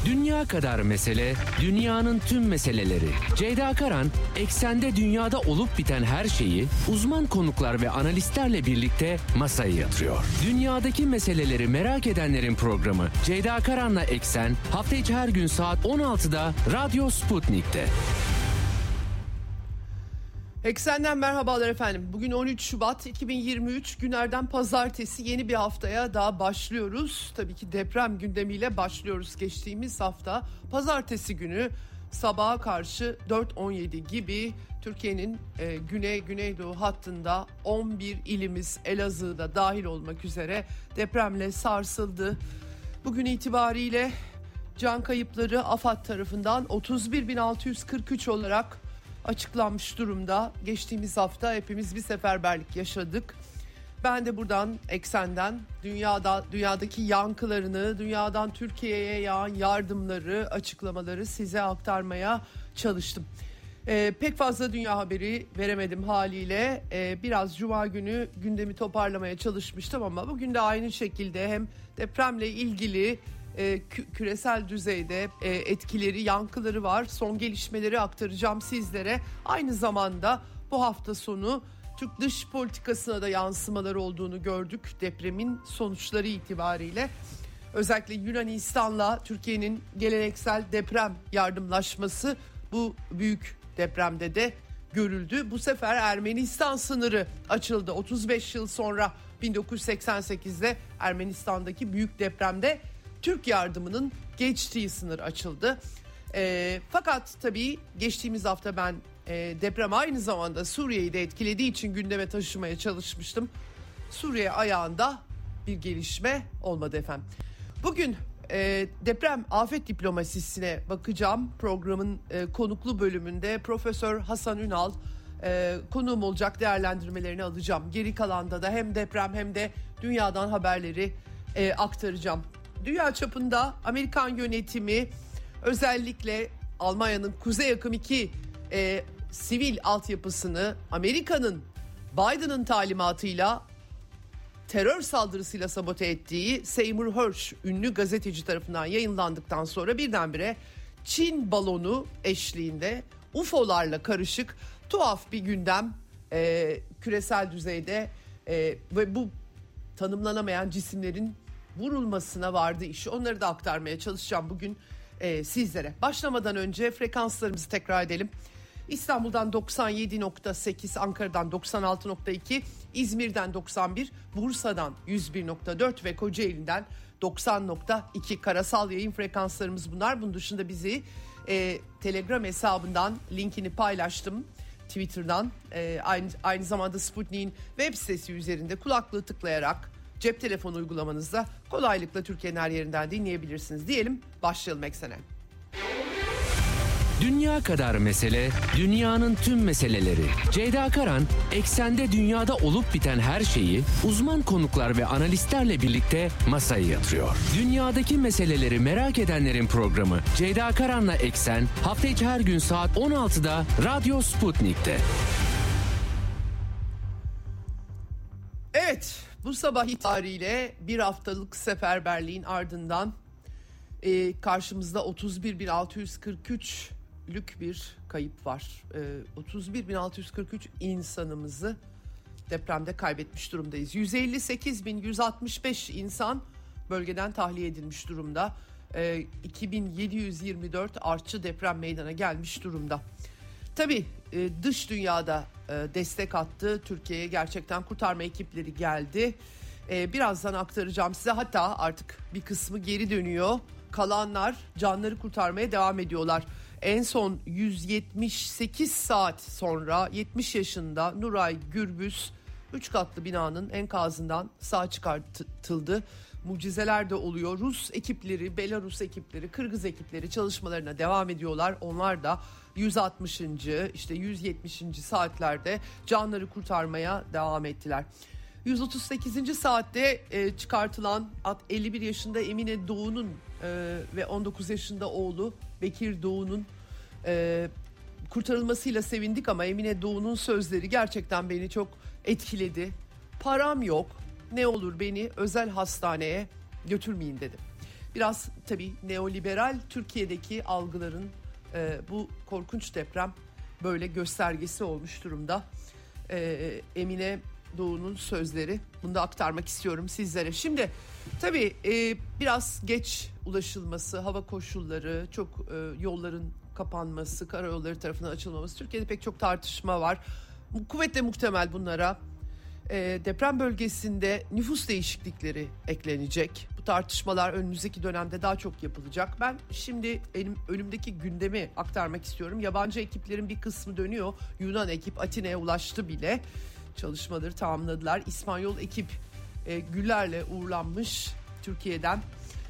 Dünya kadar mesele, dünyanın tüm meseleleri. Ceyda Karan, eksende dünyada olup biten her şeyi uzman konuklar ve analistlerle birlikte masaya yatırıyor. Dünyadaki meseleleri merak edenlerin programı Ceyda Karan'la Eksen, hafta içi her gün saat 16'da Radyo Sputnik'te. Eksenden merhabalar efendim. Bugün 13 Şubat 2023 günlerden pazartesi, yeni bir haftaya daha başlıyoruz. Tabii ki deprem gündemiyle başlıyoruz. Geçtiğimiz hafta pazartesi günü sabaha karşı 4.17 gibi Türkiye'nin güneydoğu hattında 11 ilimiz, Elazığ'da dahil olmak üzere depremle sarsıldı. Bugün itibariyle can kayıpları AFAD tarafından 31.643 olarak açıklanmış durumda. Geçtiğimiz hafta hepimiz bir seferberlik yaşadık. Ben de buradan Eksen'den dünyadaki yankılarını, dünyadan Türkiye'ye yağan yardımları, açıklamaları size aktarmaya çalıştım. Pek fazla dünya haberi veremedim haliyle. Biraz Cuma günü gündemi toparlamaya çalışmıştım ama bugün de aynı şekilde hem depremle ilgili küresel düzeyde etkileri, yankıları var. Son gelişmeleri aktaracağım sizlere. Aynı zamanda bu hafta sonu Türk dış politikasına da yansımaları olduğunu gördük depremin sonuçları itibariyle. Özellikle Yunanistan'la Türkiye'nin geleneksel deprem yardımlaşması bu büyük depremde de görüldü. Bu sefer Ermenistan sınırı açıldı. 35 yıl sonra 1988'de Ermenistan'daki büyük depremde Türk yardımının geçtiği sınır açıldı. Fakat tabii geçtiğimiz hafta ben deprem aynı zamanda Suriye'yi de etkilediği için gündeme taşımaya çalışmıştım. Suriye ayağında bir gelişme olmadı efendim. Bugün deprem afet diplomasisine bakacağım. Programın konuklu bölümünde Profesör Hasan Ünal konuğum olacak, değerlendirmelerini alacağım. Geri kalanda da hem deprem hem de dünyadan haberleri aktaracağım. Dünya çapında Amerikan yönetimi özellikle Almanya'nın Kuzey Akım 2 sivil altyapısını Amerika'nın Biden'ın talimatıyla terör saldırısıyla sabote ettiği Seymour Hersh ünlü gazeteci tarafından yayınlandıktan sonra birdenbire Çin balonu eşliğinde UFO'larla karışık tuhaf bir gündem küresel düzeyde ve bu tanımlanamayan cisimlerin vurulmasına vardı iş. Onları da aktarmaya çalışacağım bugün sizlere. Başlamadan önce frekanslarımızı tekrar edelim. İstanbul'dan 97.8, Ankara'dan 96.2, İzmir'den 91, Bursa'dan 101.4 ve Kocaeli'nden 90.2 karasal yayın frekanslarımız bunlar. Bunun dışında bizi Telegram hesabından linkini paylaştım. Twitter'dan aynı zamanda Sputnik'in web sitesi üzerinde kulaklığı tıklayarak cep telefonu uygulamanızda kolaylıkla Türkiye'nin her yerinden dinleyebilirsiniz diyelim. Başlayalım Eksen'e. Dünya kadar mesele, dünyanın tüm meseleleri. Ceyda Karan, eksende dünyada olup biten her şeyi uzman konuklar ve analistlerle birlikte masaya yatırıyor. Dünyadaki meseleleri merak edenlerin programı Ceyda Karan'la Eksen, hafta içi her gün saat 16'da Radyo Sputnik'te. Evet, bu sabah itibariyle bir haftalık seferberliğin ardından karşımızda 31.643'lük bir kayıp var. 31.643 insanımızı depremde kaybetmiş durumdayız. 158.165 insan bölgeden tahliye edilmiş durumda. 2724 artçı deprem meydana gelmiş durumda. Tabii dış dünyada destek attı. Türkiye'ye gerçekten kurtarma ekipleri geldi. Birazdan aktaracağım size. Hatta artık bir kısmı geri dönüyor. Kalanlar canları kurtarmaya devam ediyorlar. En son 178 saat sonra 70 yaşında Nuray Gürbüz 3 katlı binanın enkazından sağ çıkartıldı. Mucizeler de oluyor. Rus ekipleri, Belarus ekipleri, Kırgız ekipleri çalışmalarına devam ediyorlar. Onlar da 160. işte 170. saatlerde canları kurtarmaya devam ettiler. 138. saatte çıkartılan 51 yaşında Emine Doğu'nun ve 19 yaşında oğlu Bekir Doğu'nun kurtarılmasıyla sevindik ama Emine Doğu'nun sözleri gerçekten beni çok etkiledi. Param yok, ne olur beni özel hastaneye götürmeyin dedi. Biraz tabii neoliberal Türkiye'deki algıların bu korkunç deprem böyle göstergesi olmuş durumda. Emine Doğu'nun sözleri, bunu da aktarmak istiyorum sizlere. Şimdi tabii biraz geç ulaşılması, hava koşulları, çok yolların kapanması, karayolları tarafından açılmaması, Türkiye'de pek çok tartışma var. Kuvvetle muhtemel bunlara deprem bölgesinde nüfus değişiklikleri eklenecek. Bu tartışmalar önümüzdeki dönemde daha çok yapılacak. Ben şimdi önümdeki gündemi aktarmak istiyorum. Yabancı ekiplerin bir kısmı dönüyor. Yunan ekip Atina'ya ulaştı bile. Çalışmaları tamamladılar. İspanyol ekip güllerle uğurlanmış Türkiye'den.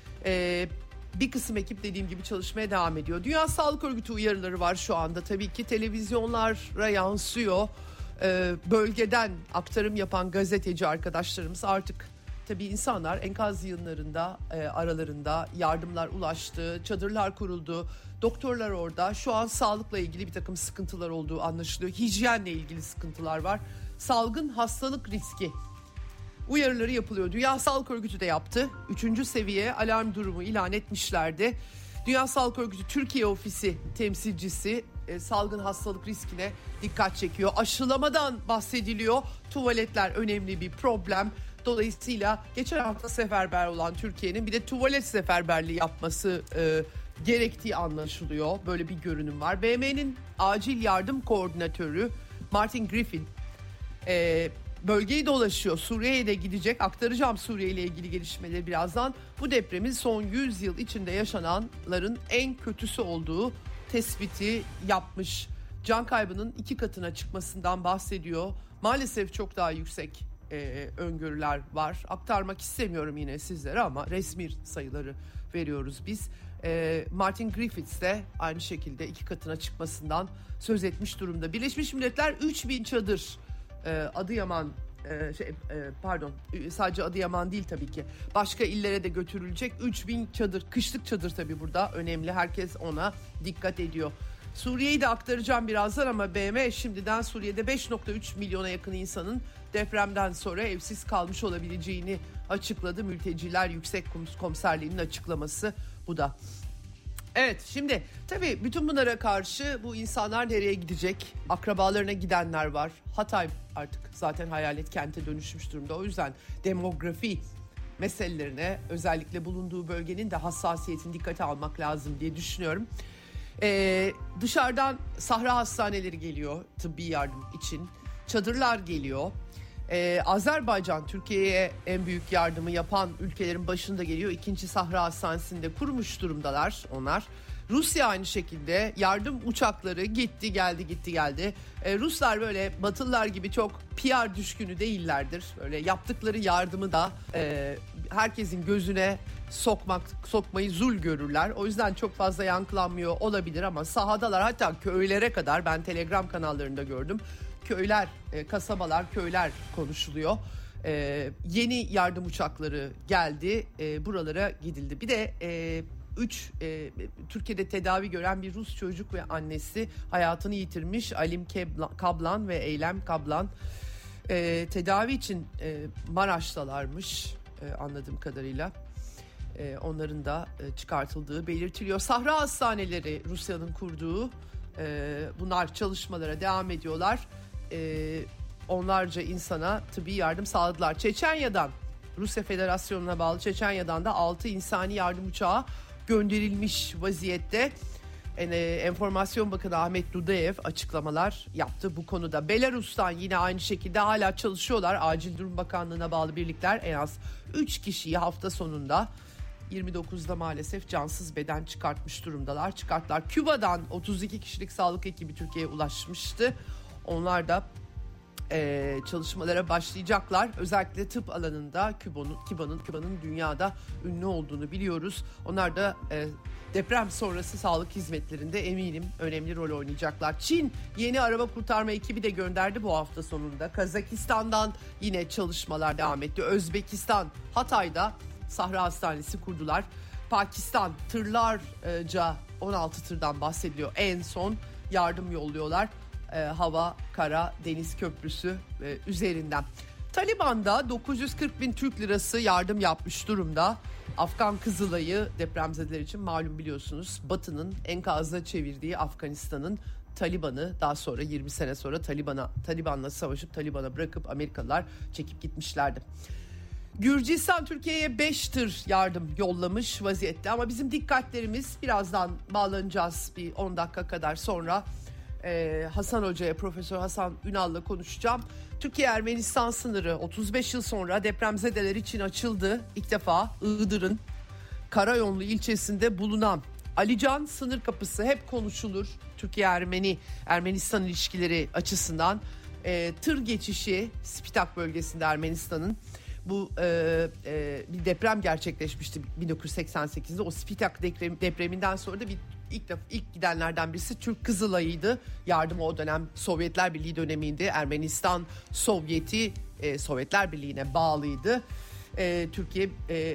Bir kısım ekip dediğim gibi çalışmaya devam ediyor. Dünya Sağlık Örgütü uyarıları var şu anda. Tabii ki televizyonlara yansıyor. Bölgeden aktarım yapan gazeteci arkadaşlarımız artık tabii insanlar enkaz yığınlarında aralarında yardımlar ulaştı, çadırlar kuruldu, doktorlar orada. Şu an sağlıkla ilgili bir takım sıkıntılar olduğu anlaşılıyor. Hijyenle ilgili sıkıntılar var. Salgın hastalık riski uyarıları yapılıyor. Dünya Sağlık Örgütü de yaptı. 3. seviye alarm durumu ilan etmişlerdi. Dünya Sağlık Örgütü Türkiye Ofisi temsilcisi salgın hastalık riskine dikkat çekiyor. Aşılamadan bahsediliyor. Tuvaletler önemli bir problem. Dolayısıyla geçen hafta seferber olan Türkiye'nin bir de tuvalet seferberliği yapması gerektiği anlaşılıyor. Böyle bir görünüm var. BM'nin acil yardım koordinatörü Martin Griffin bölgeyi dolaşıyor. Suriye'ye de gidecek. Aktaracağım Suriye ile ilgili gelişmeleri birazdan. Bu depremin son 100 yıl içinde yaşananların en kötüsü olduğu tespiti yapmış. Can kaybının 2 katına çıkmasından bahsediyor. Maalesef çok daha yüksek öngörüler var. Aktarmak istemiyorum yine sizlere ama resmi sayıları veriyoruz biz. Martin Griffiths de aynı şekilde 2 katına çıkmasından söz etmiş durumda. Birleşmiş Milletler 3000 çadır Adıyaman sadece Adıyaman değil tabii ki. Başka illere de götürülecek 3000 çadır, kışlık çadır tabii burada önemli. Herkes ona dikkat ediyor. Suriye'yi de aktaracağım birazdan ama BM şimdiden Suriye'de 5.3 milyona yakın insanın depremden sonra evsiz kalmış olabileceğini açıkladı. Mülteciler Yüksek Komiserliği'nin açıklaması bu da. Evet, şimdi tabii bütün bunlara karşı bu insanlar nereye gidecek? Akrabalarına gidenler var. Hatay artık zaten hayalet kente dönüşmüş durumda. O yüzden demografi meselelerine, özellikle bulunduğu bölgenin de hassasiyetini dikkate almak lazım diye düşünüyorum. Dışarıdan sahra hastaneleri geliyor tıbbi yardım için. Çadırlar geliyor. Azerbaycan Türkiye'ye en büyük yardımı yapan ülkelerin başında geliyor. 2. Sahra Hastanesi'nde kurmuş durumdalar onlar. Rusya aynı şekilde yardım uçakları gitti geldi. Ruslar böyle Batılılar gibi çok PR düşkünü değillerdir. Böyle yaptıkları yardımı da herkesin gözüne sokmayı zul görürler. O yüzden çok fazla yankılanmıyor olabilir ama sahadalar, hatta köylere kadar ben Telegram kanallarında gördüm. Köyler, kasabalar, köyler konuşuluyor. Yeni yardım uçakları geldi, buralara gidildi. Bir de Türkiye'de tedavi gören bir Rus çocuk ve annesi hayatını yitirmiş. Alim Kablan ve Eylem Kablan tedavi için Maraş'talarmış anladığım kadarıyla. Onların da çıkartıldığı belirtiliyor. Sahra hastaneleri Rusya'nın kurduğu, bunlar çalışmalara devam ediyorlar. Onlarca insana tıbbi yardım sağladılar. Çeçenya'dan, Rusya Federasyonu'na bağlı Çeçenya'dan da 6 insani yardım uçağı gönderilmiş vaziyette. Enformasyon Bakanı Ahmet Dudayev açıklamalar yaptı bu konuda. Belarus'tan yine aynı şekilde hala çalışıyorlar. Acil Durum Bakanlığı'na bağlı birlikler en az 3 kişiyi hafta sonunda 29'da maalesef cansız beden çıkartmış durumdalar. Çıkarttılar. Küba'dan 32 kişilik sağlık ekibi Türkiye'ye ulaşmıştı. Onlar da çalışmalara başlayacaklar. Özellikle tıp alanında Küba'nın dünyada ünlü olduğunu biliyoruz. Onlar da deprem sonrası sağlık hizmetlerinde eminim önemli rol oynayacaklar. Çin yeni araba kurtarma ekibi de gönderdi bu hafta sonunda. Kazakistan'dan yine çalışmalar devam etti. Özbekistan Hatay'da Sahra Hastanesi kurdular. Pakistan tırlarca 16 tırdan bahsediliyor. En son yardım yolluyorlar. Hava, kara, deniz köprüsü üzerinden. Taliban da 940 bin Türk lirası yardım yapmış durumda. Afgan Kızılay'ı depremzedeler için malum biliyorsunuz. Batı'nın enkazına çevirdiği Afganistan'ın Taliban'ı, daha sonra 20 sene sonra Taliban'la savaşıp Taliban'a bırakıp Amerikalılar çekip gitmişlerdi. Gürcistan Türkiye'ye 5 tır yardım yollamış vaziyette ama bizim dikkatlerimiz, birazdan bağlanacağız bir 10 dakika kadar sonra Hasan Hoca'ya, Profesör Hasan Ünal'la konuşacağım. Türkiye-Ermenistan sınırı 35 yıl sonra depremzedeler için açıldı. İlk defa Iğdır'ın Karayonlu ilçesinde bulunan Alican sınır kapısı hep konuşulur. Türkiye-Ermenistan ilişkileri açısından tır geçişi Spitak bölgesinde Ermenistan'ın bu bir deprem gerçekleşmişti 1988'de. O Spitak depreminden sonra da ilk gidenlerden birisi Türk Kızılay'ıydı. Yardım o dönem Sovyetler Birliği dönemiydi. Ermenistan Sovyeti Sovyetler Birliği'ne bağlıydı. Türkiye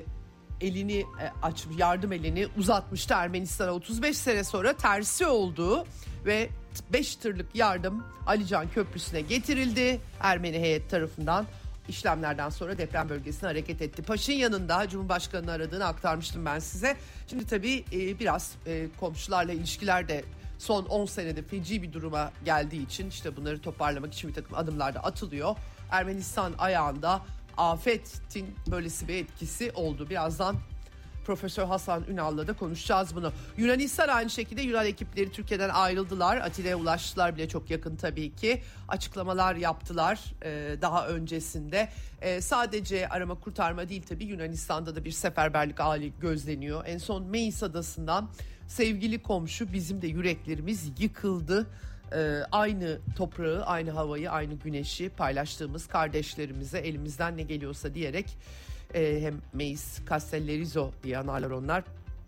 elini açıp yardım elini uzatmıştı Ermenistan'a. 35 sene sonra tersi oldu ve 5 tırlık yardım Alican Köprüsü'ne getirildi Ermeni heyet tarafından. İşlemlerden sonra deprem bölgesine hareket etti. Paşinyan'ın da Cumhurbaşkanı'nı aradığını aktarmıştım ben size. Şimdi tabii biraz komşularla ilişkiler de son 10 senede feci bir duruma geldiği için işte bunları toparlamak için bir takım adımlar da atılıyor. Ermenistan ayağında afetin böylesi bir etkisi oldu. Birazdan Profesör Hasan Ünal'la da konuşacağız bunu. Yunanistan aynı şekilde, Yunan ekipleri Türkiye'den ayrıldılar. Atina'ya ulaştılar bile, çok yakın tabii ki. Açıklamalar yaptılar daha öncesinde. Sadece arama kurtarma değil tabii, Yunanistan'da da bir seferberlik hali gözleniyor. En son Meis Adası'ndan sevgili komşu, bizim de yüreklerimiz yıkıldı. Aynı toprağı, aynı havayı, aynı güneşi paylaştığımız kardeşlerimize elimizden ne geliyorsa diyerek hem Meis Castellerizo diye anarlar onlar,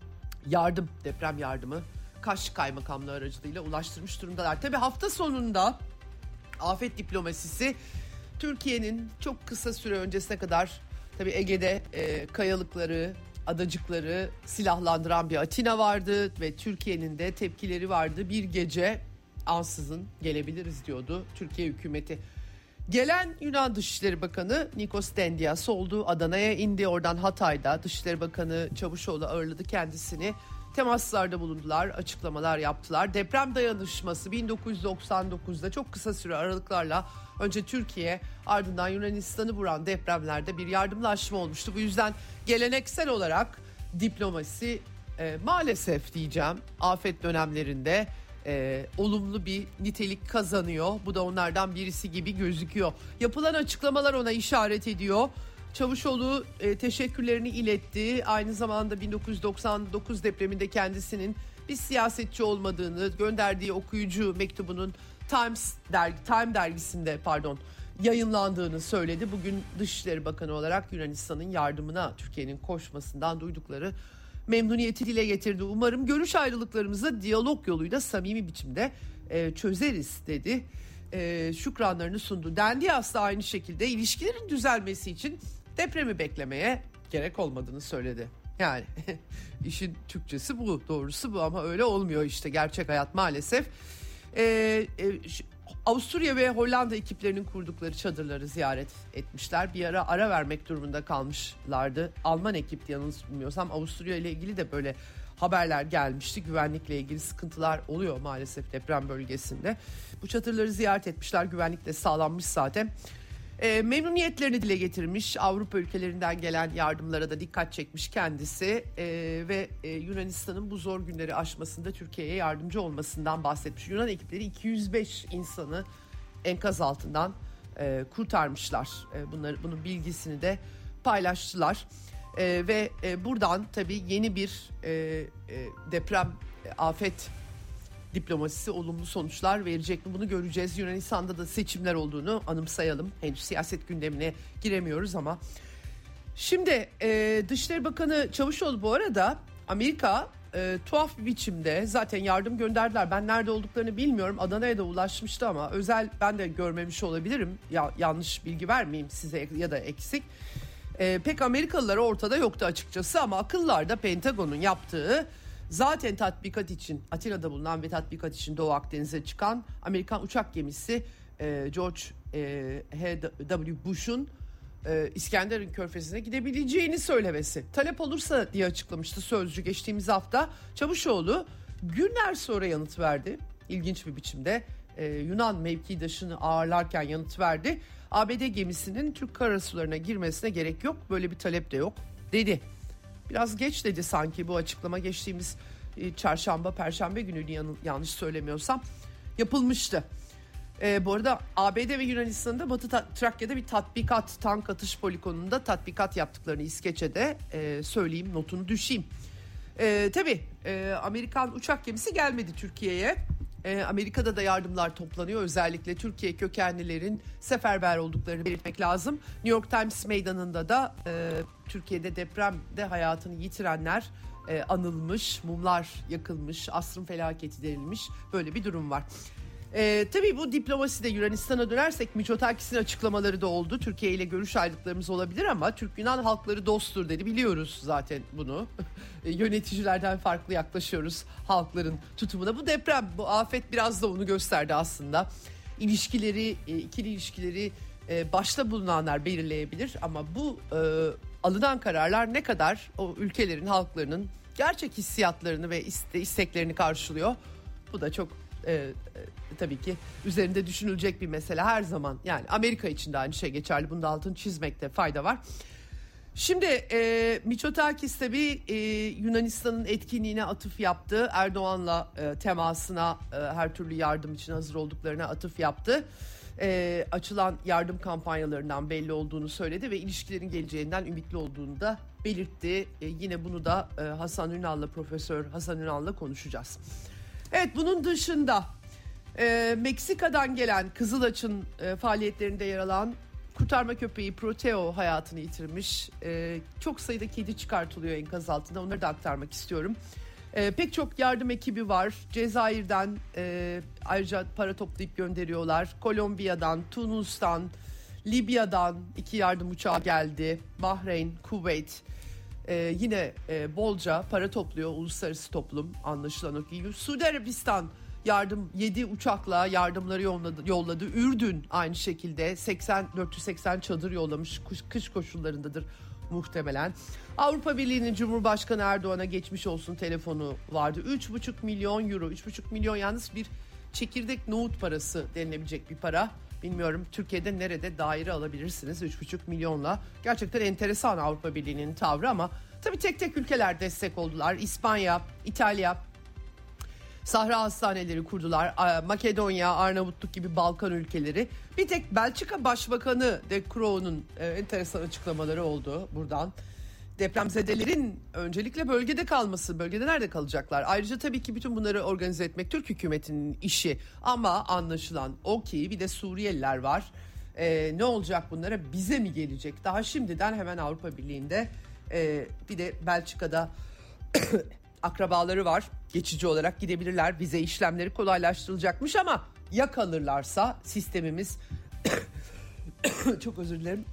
deprem yardımı Kaş Kaymakamlığı aracılığıyla ulaştırmış durumdalar. Tabii hafta sonunda afet diplomasisi Türkiye'nin çok kısa süre öncesine kadar tabii Ege'de kayalıkları, adacıkları silahlandıran bir Atina vardı ve Türkiye'nin de tepkileri vardı. Bir gece ansızın gelebiliriz diyordu Türkiye hükümeti. Gelen Yunan Dışişleri Bakanı Nikos Dendias oldu. Adana'ya indi. Oradan Hatay'da Dışişleri Bakanı Çavuşoğlu ağırladı kendisini. Temaslarda bulundular, açıklamalar yaptılar. Deprem dayanışması 1999'da çok kısa süre aralıklarla önce Türkiye, ardından Yunanistan'ı vuran depremlerde bir yardımlaşma olmuştu. Bu yüzden geleneksel olarak diplomasi maalesef diyeceğim afet dönemlerinde olumlu bir nitelik kazanıyor. Bu da onlardan birisi gibi gözüküyor. Yapılan açıklamalar ona işaret ediyor. Çavuşoğlu teşekkürlerini iletti. Aynı zamanda 1999 depreminde kendisinin bir siyasetçi olmadığını, gönderdiği okuyucu mektubunun Time dergisinde yayınlandığını söyledi. Bugün Dışişleri Bakanı olarak Yunanistan'ın yardımına Türkiye'nin koşmasından duydukları memnuniyeti dile getirdi. Umarım görüş ayrılıklarımızı diyalog yoluyla samimi biçimde çözeriz dedi. Şükranlarını sundu. Dendias da aynı şekilde ilişkilerin düzelmesi için depremi beklemeye gerek olmadığını söyledi. Yani işin Türkçesi bu, doğrusu bu ama öyle olmuyor işte gerçek hayat maalesef. Avusturya ve Hollanda ekiplerinin kurdukları çadırları ziyaret etmişler. Bir ara vermek durumunda kalmışlardı. Alman ekipti yanlış bilmiyorsam. Avusturya ile ilgili de böyle haberler gelmişti. Güvenlikle ilgili sıkıntılar oluyor maalesef deprem bölgesinde. Bu çadırları ziyaret etmişler. Güvenlik de sağlanmış zaten. Memnuniyetlerini dile getirmiş. Avrupa ülkelerinden gelen yardımlara da dikkat çekmiş kendisi. Ve Yunanistan'ın bu zor günleri aşmasında Türkiye'ye yardımcı olmasından bahsetmiş. Yunan ekipleri 205 insanı enkaz altından kurtarmışlar. Bunun bilgisini de paylaştılar. Ve buradan tabii yeni bir deprem afet diplomasisi olumlu sonuçlar verecek mi bunu göreceğiz. Yunanistan'da da seçimler olduğunu anımsayalım. Henüz siyaset gündemine giremiyoruz ama. Şimdi Dışişleri Bakanı Çavuşoğlu bu arada Amerika tuhaf bir biçimde zaten yardım gönderdiler. Ben nerede olduklarını bilmiyorum. Adana'ya da ulaşmıştı ama özel ben de görmemiş olabilirim. Yanlış bilgi vermeyeyim size ya da eksik. Pek Amerikalılar ortada yoktu açıkçası ama akıllarda Pentagon'un yaptığı zaten tatbikat için Atina'da bulunan ve tatbikat için Doğu Akdeniz'e çıkan Amerikan uçak gemisi George H.W. Bush'un İskenderun Körfezi'ne gidebileceğini söylemesi. Talep olursa diye açıklamıştı Sözcü geçtiğimiz hafta. Çavuşoğlu günler sonra yanıt verdi. İlginç bir biçimde Yunan mevkidaşını ağırlarken yanıt verdi. ABD gemisinin Türk karasularına girmesine gerek yok, böyle bir talep de yok dedi. Biraz geç dedi sanki bu açıklama, geçtiğimiz çarşamba perşembe günü yanlış söylemiyorsam yapılmıştı. Bu arada ABD ve Yunanistan'da Batı Trakya'da bir tatbikat, tank atış poligonunda tatbikat yaptıklarını İskeçe'de söyleyeyim, notunu düşeyim. Tabii Amerikan uçak gemisi gelmedi Türkiye'ye. Amerika'da da yardımlar toplanıyor. Özellikle Türkiye kökenlilerin seferber olduklarını belirtmek lazım. New York Times meydanında da Türkiye'de depremde hayatını yitirenler anılmış, mumlar yakılmış, asrın felaketi denilmiş, böyle bir durum var. Tabii bu diplomaside Yunanistan'a dönersek Mitsotakis'in açıklamaları da oldu. Türkiye ile görüş ayrılıklarımız olabilir ama Türk-Yunan halkları dosttur dedi. Biliyoruz zaten bunu. Yöneticilerden farklı yaklaşıyoruz halkların tutumuna. Bu deprem, bu afet biraz da onu gösterdi aslında. İlişkileri, ikili ilişkileri başta bulunanlar belirleyebilir ama bu alınan kararlar ne kadar o ülkelerin halklarının gerçek hissiyatlarını ve isteklerini karşılıyor. Bu da çok tabii ki üzerinde düşünülecek bir mesele her zaman. Yani Amerika için de aynı şey geçerli. Bunun da altını çizmekte fayda var. Şimdi Mitsotakis tabii Yunanistan'ın etkinliğine atıf yaptı. Erdoğan'la temasına, her türlü yardım için hazır olduklarına atıf yaptı. Açılan yardım kampanyalarından belli olduğunu söyledi ve ilişkilerin geleceğinden ümitli olduğunu da belirtti. Yine bunu da Profesör Hasan Ünal'la konuşacağız. Evet, bunun dışında Meksika'dan gelen Kızılaç'ın faaliyetlerinde yer alan kurtarma köpeği Proteo hayatını yitirmiş. Çok sayıda kedi çıkartılıyor enkaz altında, onları da aktarmak istiyorum. Pek çok yardım ekibi var. Cezayir'den ayrıca para toplayıp gönderiyorlar. Kolombiya'dan, Tunus'tan, Libya'dan 2 yardım uçağı geldi. Bahreyn, Kuveyt. Yine bolca para topluyor uluslararası toplum, anlaşılan o ki. Suudi Arabistan 7 uçakla yardımları yolladı. Ürdün aynı şekilde 480 çadır yollamış, kış koşullarındadır muhtemelen. Avrupa Birliği'nin Cumhurbaşkanı Erdoğan'a geçmiş olsun telefonu vardı. 3,5 milyon euro. 3,5 milyon yalnız bir çekirdek nohut parası denilebilecek bir para. Bilmiyorum Türkiye'de nerede daire alabilirsiniz 3,5 milyonla. Gerçekten enteresan Avrupa Birliği'nin tavrı ama tabii tek tek ülkeler destek oldular. İspanya, İtalya sahra hastaneleri kurdular. Makedonya, Arnavutluk gibi Balkan ülkeleri. Bir tek Belçika Başbakanı De Croo'nun enteresan açıklamaları oldu buradan. Depremzedelerin öncelikle bölgede kalması, bölgede nerede kalacaklar? Ayrıca tabii ki bütün bunları organize etmek Türk hükümetinin işi. Ama anlaşılan o ki bir de Suriyeliler var. Ne olacak bunlara? Bize mi gelecek? Daha şimdiden hemen Avrupa Birliği'nde bir de Belçika'da akrabaları var. Geçici olarak gidebilirler. Vize işlemleri kolaylaştırılacakmış ama ya kalırlarsa sistemimiz çok özür dilerim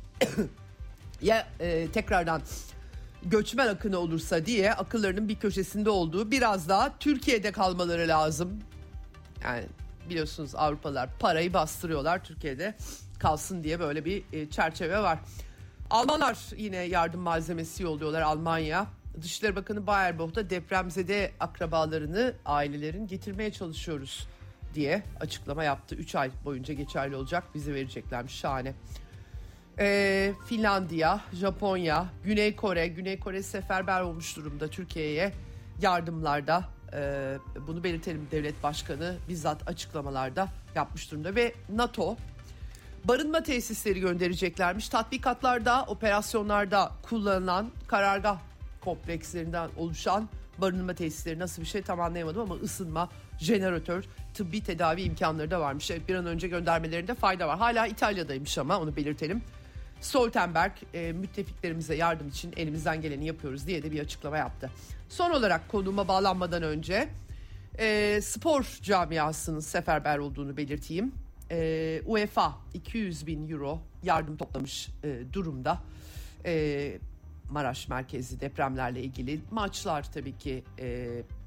ya tekrardan göçmen akını olursa diye akıllarının bir köşesinde olduğu, biraz daha Türkiye'de kalmaları lazım. Yani biliyorsunuz Avrupalılar parayı bastırıyorlar, Türkiye'de kalsın diye böyle bir çerçeve var. Almanlar yine yardım malzemesi yolluyorlar, Almanya. Dışişleri Bakanı Baerbock da depremzede akrabalarını, ailelerin getirmeye çalışıyoruz diye açıklama yaptı. 3 ay boyunca geçerli olacak, vize vereceklermiş, şahane. Finlandiya, Japonya, Güney Kore seferber olmuş durumda Türkiye'ye yardımlarda. Bunu belirtelim, devlet başkanı bizzat açıklamalarda yapmış durumda. Ve NATO barınma tesisleri göndereceklermiş. Tatbikatlarda, operasyonlarda kullanılan karargah komplekslerinden oluşan barınma tesisleri nasıl bir şey tam anlayamadım ama ısınma, jeneratör, tıbbi tedavi imkanları da varmış. Bir an önce göndermelerinde fayda var. Hala İtalya'daymış ama onu belirtelim. Stoltenberg müttefiklerimize yardım için elimizden geleni yapıyoruz diye de bir açıklama yaptı. Son olarak konuğuma bağlanmadan önce spor camiasının seferber olduğunu belirteyim. UEFA 200 bin euro yardım toplamış durumda. Maraş merkezli depremlerle ilgili maçlar tabii ki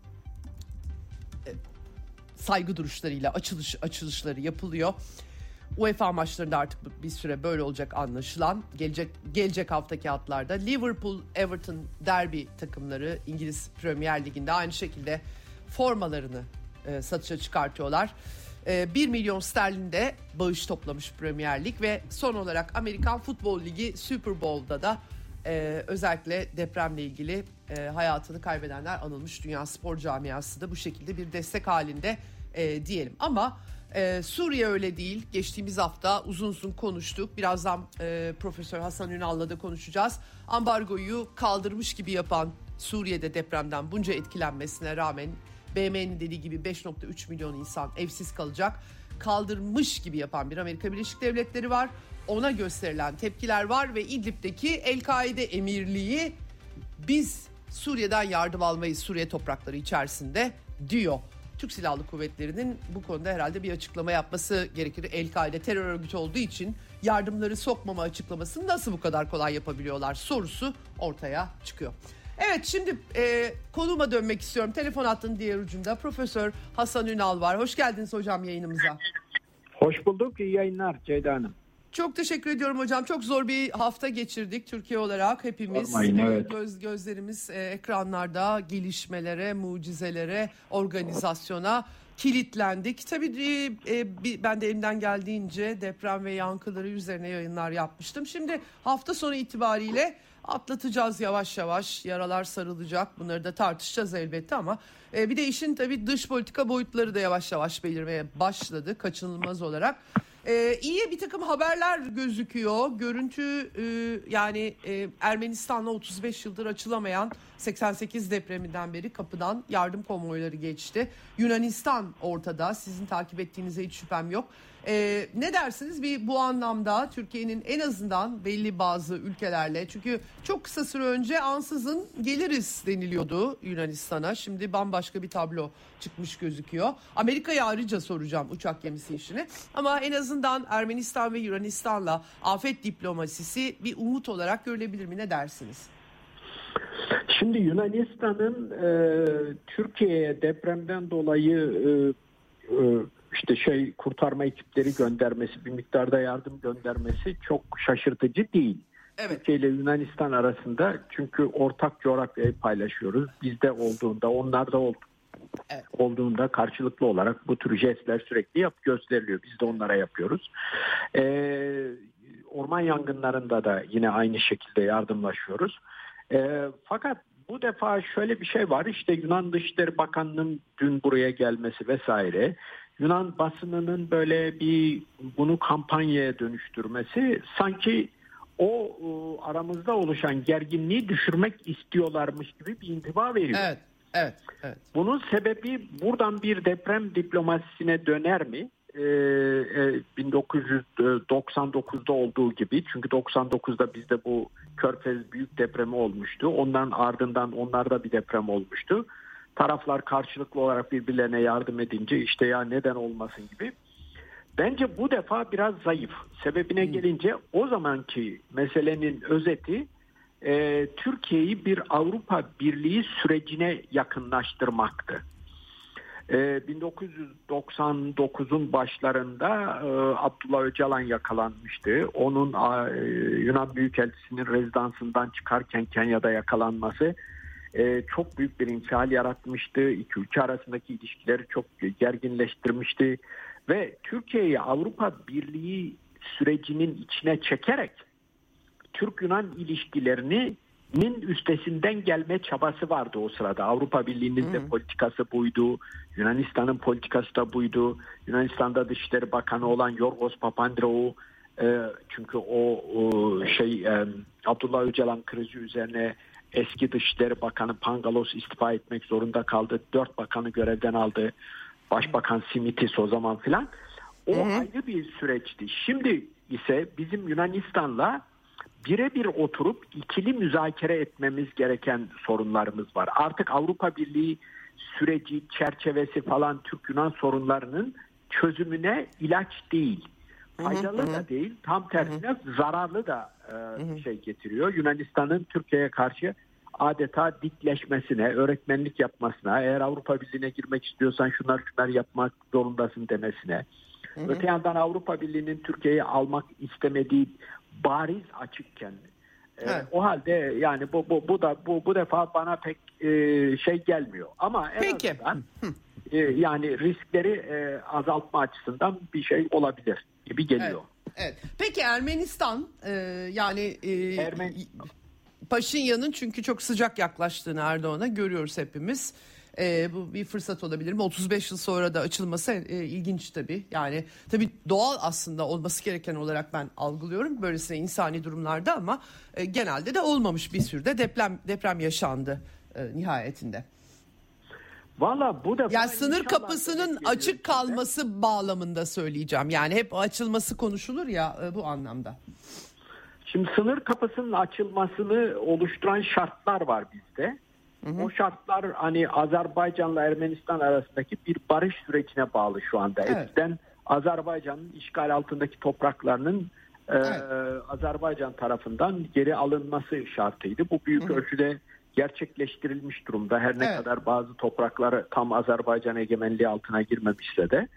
saygı duruşlarıyla açılışları yapılıyor. UEFA maçlarında artık bir süre böyle olacak anlaşılan. Gelecek haftaki hatlarda Liverpool, Everton derbi takımları İngiliz Premier Ligi'nde aynı şekilde formalarını satışa çıkartıyorlar. 1 milyon sterlinde bağış toplamış Premier Lig ve son olarak Amerikan Futbol Ligi Super Bowl'da da özellikle depremle ilgili hayatını kaybedenler anılmış. Dünya spor camiası da bu şekilde bir destek halinde diyelim. Ama Suriye öyle değil. Geçtiğimiz hafta uzun uzun konuştuk. Birazdan Profesör Hasan Ünal'la da konuşacağız. Ambargoyu kaldırmış gibi yapan, Suriye'de depremden bunca etkilenmesine rağmen BM'nin dediği gibi 5.3 milyon insan evsiz kalacak. Kaldırmış gibi yapan bir Amerika Birleşik Devletleri var. Ona gösterilen tepkiler var ve İdlib'deki El-Kaide emirliği biz Suriye'den yardım almayız Suriye toprakları içerisinde diyor. Türk Silahlı Kuvvetleri'nin bu konuda herhalde bir açıklama yapması gerekir. El-Kaide terör örgütü olduğu için yardımları sokmama açıklamasını nasıl bu kadar kolay yapabiliyorlar sorusu ortaya çıkıyor. Evet, şimdi konuma dönmek istiyorum. Telefon hattının diğer ucunda Profesör Hasan Ünal var. Hoş geldiniz hocam yayınımıza. Hoş bulduk. İyi yayınlar Ceyda Hanım. Çok teşekkür ediyorum hocam. Çok zor bir hafta geçirdik Türkiye olarak hepimiz. Sormayın, evet. Gözlerimiz ekranlarda gelişmelere, mucizelere, organizasyona kilitlendik. Tabii ben de elimden geldiğince deprem ve yankıları üzerine yayınlar yapmıştım. Şimdi hafta sonu itibariyle atlatacağız yavaş yavaş. Yaralar sarılacak. Bunları da tartışacağız elbette ama bir de işin tabii dış politika boyutları da yavaş yavaş belirmeye başladı kaçınılmaz olarak. İyi bir takım haberler gözüküyor. Görüntü yani Ermenistan'la 35 yıldır açılamayan 88 depreminden beri kapıdan yardım konvoyları geçti. Yunanistan ortada. Sizin takip ettiğinize hiç şüphem yok. Ne dersiniz bu anlamda Türkiye'nin en azından belli bazı ülkelerle, çünkü çok kısa süre önce ansızın geliriz deniliyordu Yunanistan'a. Şimdi bambaşka bir tablo çıkmış gözüküyor. Amerika'ya ayrıca soracağım uçak gemisi işini. Ama en azından Ermenistan ve Yunanistan'la afet diplomasisi bir umut olarak görülebilir mi? Ne dersiniz? Şimdi Yunanistan'ın Türkiye'ye depremden dolayı kurtarma ekipleri göndermesi, bir miktarda yardım göndermesi çok şaşırtıcı değil. Evet. Türkiye ile Yunanistan arasında, çünkü ortak coğrafyayı paylaşıyoruz. Bizde olduğunda, onlarda olduğunda karşılıklı olarak bu tür jestler sürekli gösteriliyor. Biz de onlara yapıyoruz. Orman yangınlarında da yine aynı şekilde yardımlaşıyoruz. Fakat bu defa şöyle bir şey var. İşte Yunan Dışişleri Bakanı'nın dün buraya gelmesi vesaire. Yunan basınının böyle bunu kampanyaya dönüştürmesi, sanki o aramızda oluşan gerginliği düşürmek istiyorlarmış gibi bir intiba veriyor. Evet. Bunun sebebi buradan bir deprem diplomasisine döner mi? 1999'da olduğu gibi, çünkü 99'da bizde bu Körfez büyük depremi olmuştu. Ondan ardından onlarda bir deprem olmuştu. Taraflar karşılıklı olarak birbirlerine yardım edince işte ya neden olmasın gibi. Bence bu defa biraz zayıf. Sebebine gelince, o zamanki meselenin özeti Türkiye'yi bir Avrupa Birliği sürecine yakınlaştırmaktı. 1999'un başlarında Abdullah Öcalan yakalanmıştı. Onun Yunan Büyükelçisi'nin rezidansından çıkarken Kenya'da yakalanması çok büyük bir infial yaratmıştı. İki ülke arasındaki ilişkileri çok gerginleştirmişti. Ve Türkiye'yi Avrupa Birliği sürecinin içine çekerek Türk-Yunan ilişkilerinin üstesinden gelme çabası vardı o sırada. Avrupa Birliği'nin de politikası buydu. Yunanistan'ın politikası da buydu. Yunanistan'da Dışişleri Bakanı olan Yorgos Papandreou, çünkü Abdullah Öcalan krizi üzerine eski Dışişleri Bakanı Pangalos istifa etmek zorunda kaldı. 4 bakanı görevden aldı. Başbakan Simitis o zaman filan. O ayrı bir süreçti. Şimdi ise bizim Yunanistan'la birebir oturup ikili müzakere etmemiz gereken sorunlarımız var. Artık Avrupa Birliği süreci, çerçevesi falan Türk-Yunan sorunlarının çözümüne ilaç değil. Faydalı da değil, tam tersine zararlı da getiriyor. Yunanistan'ın Türkiye'ye karşı adeta dikleşmesine, öğretmenlik yapmasına, eğer Avrupa Birliği'ne girmek istiyorsan şunlar yapmak zorundasın demesine. Öte yandan Avrupa Birliği'nin Türkiye'yi almak istemediği bariz açıkken, o halde yani bu defa bana pek şey gelmiyor. Ama en azından yani riskleri azaltma açısından bir şey olabilir gibi geliyor. Evet. Peki Ermenistan Paşinyan'ın çünkü çok sıcak yaklaştığını Erdoğan'a görüyoruz hepimiz. Bu bir fırsat olabilir mi? 35 yıl sonra da açılması ilginç tabii. Yani tabii doğal aslında olması gereken olarak ben algılıyorum böylesine insani durumlarda ama genelde de olmamış, bir sürü de deprem yaşandı nihayetinde. Valla bu defa yani sınır kapısının açık kalması bağlamında söyleyeceğim. Yani hep açılması konuşulur ya bu anlamda. Şimdi sınır kapısının açılmasını oluşturan şartlar var bizde. O şartlar hani Azerbaycan'la Ermenistan arasındaki bir barış sürecine bağlı şu anda. Evet. Eskiden Azerbaycan'ın işgal altındaki topraklarının Azerbaycan tarafından geri alınması şartıydı. Bu büyük ölçüde gerçekleştirilmiş durumda. Her ne kadar bazı toprakları tam Azerbaycan egemenliği altına girmemişse de.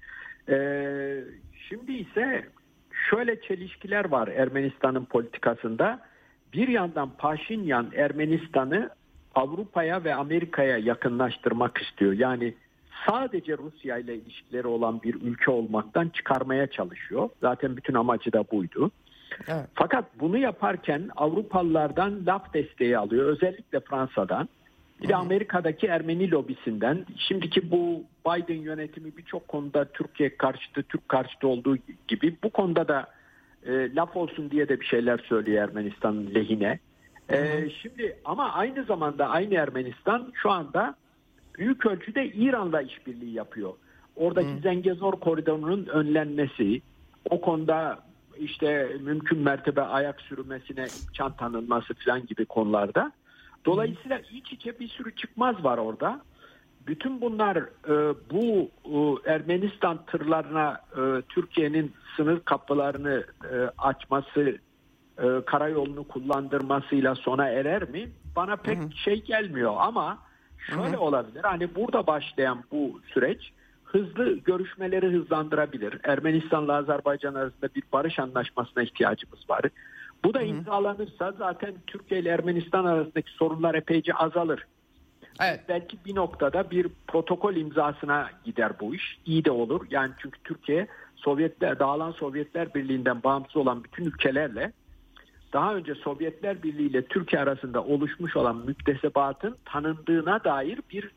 Şimdi ise şöyle çelişkiler var Ermenistan'ın politikasında. Bir yandan Paşinyan Ermenistan'ı Avrupa'ya ve Amerika'ya yakınlaştırmak istiyor. Yani sadece Rusya ile ilişkileri olan bir ülke olmaktan çıkarmaya çalışıyor. Zaten bütün amacı da buydu. Evet. Fakat bunu yaparken Avrupalılardan laf desteği alıyor. Özellikle Fransa'dan. Bir de Amerika'daki Ermeni lobisinden. Şimdiki bu Biden yönetimi birçok konuda Türkiye karşıtı, Türk karşıtı olduğu gibi bu konuda da laf olsun diye de bir şeyler söylüyor Ermenistan'ın lehine. Şimdi ama aynı zamanda aynı Ermenistan şu anda büyük ölçüde İran'la işbirliği yapıyor. Oradaki Zengezur koridorunun önlenmesi, o konuda işte mümkün mertebe ayak sürmesine imkan tanınması falan gibi konularda. Dolayısıyla iç içe bir sürü çıkmaz var orada. Bütün bunlar bu Ermenistan tırlarına Türkiye'nin sınır kapılarını açması, karayolunu kullandırmasıyla sona erer mi? Bana pek şey gelmiyor ama şöyle olabilir. Hani burada başlayan bu süreç hızlı görüşmeleri hızlandırabilir. Ermenistan'la Azerbaycan arasında bir barış anlaşmasına ihtiyacımız var. Bu da imzalanırsa zaten Türkiye ile Ermenistan arasındaki sorunlar epeyce azalır. Evet. Belki bir noktada bir protokol imzasına gider bu iş. İyi de olur. Yani çünkü Türkiye dağılan Sovyetler Birliği'nden bağımsız olan bütün ülkelerle daha önce Sovyetler Birliği ile Türkiye arasında oluşmuş olan müktesebatın tanındığına dair bir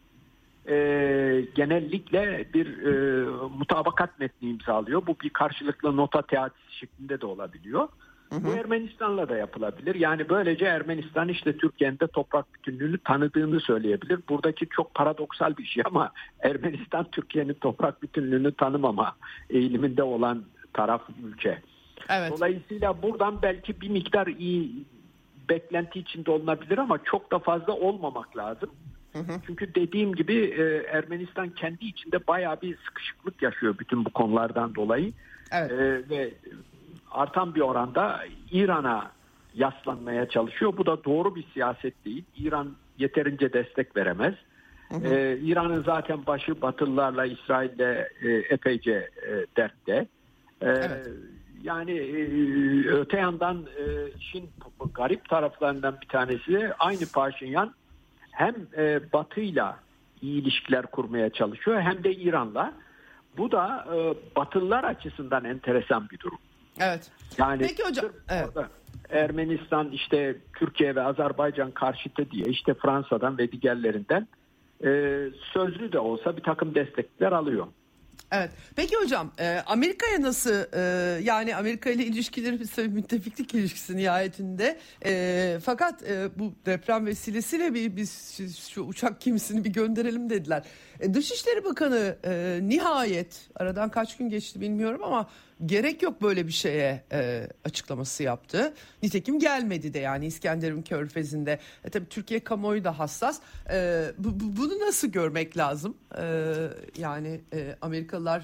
genellikle bir mutabakat metni imzalıyor. Bu bir karşılıklı nota teatisi şeklinde de olabiliyor. Bu Ermenistan'la da yapılabilir. Yani böylece Ermenistan işte Türkiye'nin de toprak bütünlüğünü tanıdığını söyleyebilir. Buradaki çok paradoksal bir şey ama Ermenistan Türkiye'nin toprak bütünlüğünü tanımama eğiliminde olan taraf ülke. Evet. Dolayısıyla buradan belki bir miktar iyi beklenti içinde olunabilir ama çok da fazla olmamak lazım. Çünkü dediğim gibi Ermenistan kendi içinde bayağı bir sıkışıklık yaşıyor bütün bu konulardan dolayı. Evet. Ve artan bir oranda İran'a yaslanmaya çalışıyor. Bu da doğru bir siyaset değil. İran yeterince destek veremez. İran'ın zaten başı Batılılarla, İsrail'le epeyce dertte. Evet. Yani öte yandan işin garip taraflarından bir tanesi de aynı Paşinyan hem Batı'yla iyi ilişkiler kurmaya çalışıyor hem de İran'la. Bu da Batılılar açısından enteresan bir durum. Evet. Yani peki hocam. Evet. Ermenistan işte Türkiye ve Azerbaycan karşıtı diye işte Fransa'dan ve diğerlerinden sözlü de olsa bir takım destekler alıyor. Evet. Peki hocam Amerika'ya nasıl yani Amerika ile ilişkilerimiz tabii müttefiklik ilişkisi nihayetinde fakat bu deprem vesilesiyle biz şu uçak gemisini bir gönderelim dediler. Dışişleri Bakanı nihayet aradan kaç gün geçti bilmiyorum ama gerek yok böyle bir şeye açıklaması yaptı. Nitekim gelmedi de yani İskenderun Körfezi'nde. Tabii Türkiye kamuoyu da hassas. Bunu nasıl görmek lazım? Yani Amerikalılar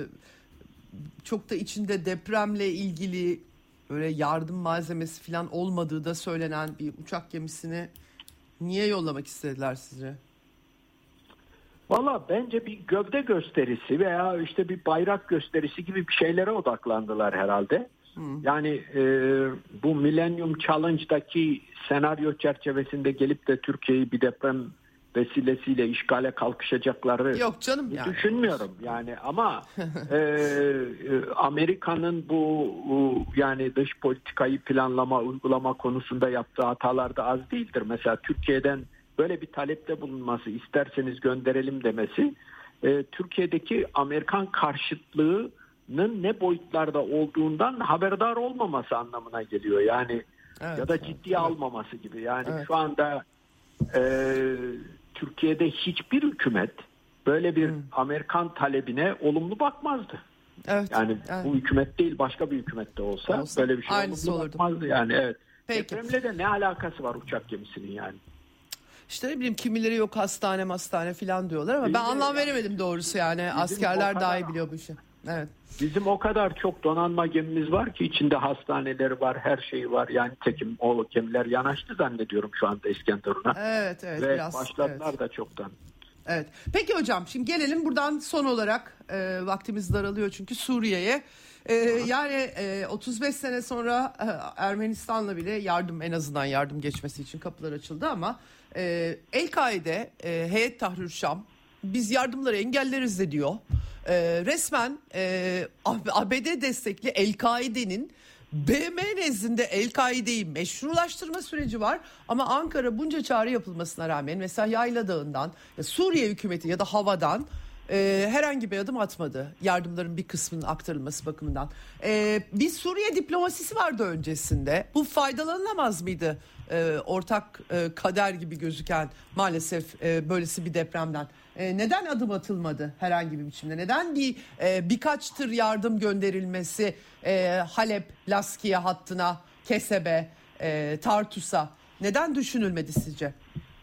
çok da içinde depremle ilgili böyle yardım malzemesi falan olmadığı da söylenen bir uçak gemisini niye yollamak istediler sizce? Valla bence bir gövde gösterisi veya işte bir bayrak gösterisi gibi bir şeylere odaklandılar herhalde. Yani bu Millennium Challenge'daki senaryo çerçevesinde gelip de Türkiye'yi bir deprem vesilesiyle işgale kalkışacakları yok canım yani. Düşünmüyorum yani ama Amerika'nın bu yani dış politikayı planlama, uygulama konusunda yaptığı hatalar da az değildir. Mesela Türkiye'den böyle bir talepte bulunması, isterseniz gönderelim demesi, Türkiye'deki Amerikan karşıtlığının ne boyutlarda olduğundan haberdar olmaması anlamına geliyor. Yani evet, ya da ciddiye almaması gibi. Yani evet. şu anda Türkiye'de hiçbir hükümet böyle bir Amerikan talebine olumlu bakmazdı. Evet, yani evet. Bu hükümet değil, başka bir hükümet de olsa böyle bir şey olumlu bakmazdı. Yani evet. Peki. Depremle de ne alakası var uçak gemisinin yani? İşte ne bileyim, kimileri yok hastane falan diyorlar ama ben anlam veremedim doğrusu yani. Askerler daha iyi biliyor bu işi. Evet. Bizim o kadar çok donanma gemimiz var ki içinde hastaneleri var, her şeyi var. Yani tekim o gemiler yanaştı zannediyorum şu anda İskenderun'a. Evet, ve biraz. Başladılar evet. da çoktan. Evet. Peki hocam, şimdi gelelim buradan son olarak, vaktimiz daralıyor çünkü, Suriye'ye. Yani 35 sene sonra Ermenistan'la bile en azından yardım geçmesi için kapılar açıldı ama El-Kaide, Heyet Tahrir Şam, biz yardımları engelleriz de diyor. Resmen ABD destekli El-Kaide'nin BM nezdinde El-Kaide'yi meşrulaştırma süreci var. Ama Ankara bunca çağrı yapılmasına rağmen mesela Yayla Dağı'ndan, Suriye hükümeti ya da havadan herhangi bir adım atmadı. Yardımların bir kısmının aktarılması bakımından. Bir Suriye diplomasisi vardı öncesinde. Bu faydalanılamaz mıydı? Ortak kader gibi gözüken maalesef böylesi bir depremden. Neden adım atılmadı herhangi bir biçimde? Neden birkaç tır yardım gönderilmesi Halep, Laskiye hattına, Kesebe, Tartus'a neden düşünülmedi sizce?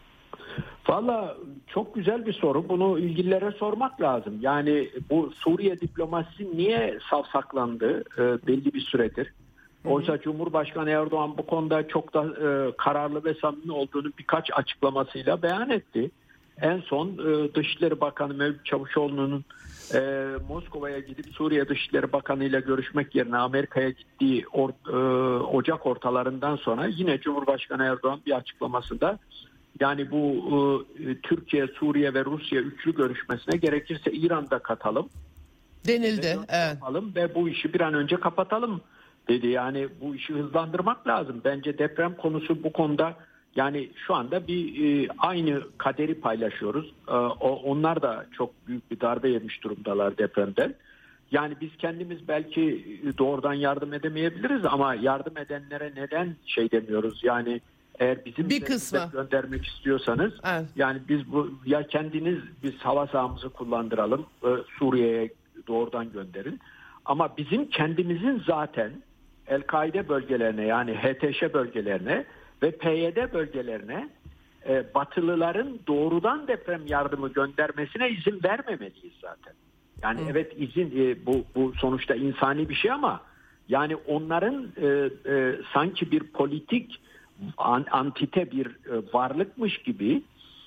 Valla çok güzel bir soru. Bunu ilgililere sormak lazım. Yani bu Suriye diplomasisi niye savsaklandı belli bir süredir? Oysa Cumhurbaşkanı Erdoğan bu konuda çok da kararlı ve samimi olduğunu birkaç açıklamasıyla beyan etti. En son Dışişleri Bakanı Mevlüt Çavuşoğlu'nun Moskova'ya gidip Suriye Dışişleri Bakanı ile görüşmek yerine Amerika'ya gittiği Ocak ortalarından sonra yine Cumhurbaşkanı Erdoğan bir açıklamasında, yani bu Türkiye, Suriye ve Rusya üçlü görüşmesine gerekirse İran'da katalım denildi. Evet. Ve bu işi bir an önce kapatalım dedi. Yani bu işi hızlandırmak lazım. Bence deprem konusu bu konuda, yani şu anda aynı kaderi paylaşıyoruz. Onlar da çok büyük bir darbe yemiş durumdalar depremden. Yani biz kendimiz belki doğrudan yardım edemeyebiliriz ama yardım edenlere neden demiyoruz? Yani eğer bizim bir kısmı göndermek istiyorsanız, evet, yani biz biz hava sahamızı kullandıralım, Suriye'ye doğrudan gönderin. Ama bizim kendimizin zaten El-Kaide bölgelerine, yani HTŞ bölgelerine ve PYD bölgelerine Batılıların doğrudan deprem yardımı göndermesine izin vermemeliyiz zaten. Yani evet, izin bu sonuçta insani bir şey ama yani onların sanki bir politik antite bir varlıkmış gibi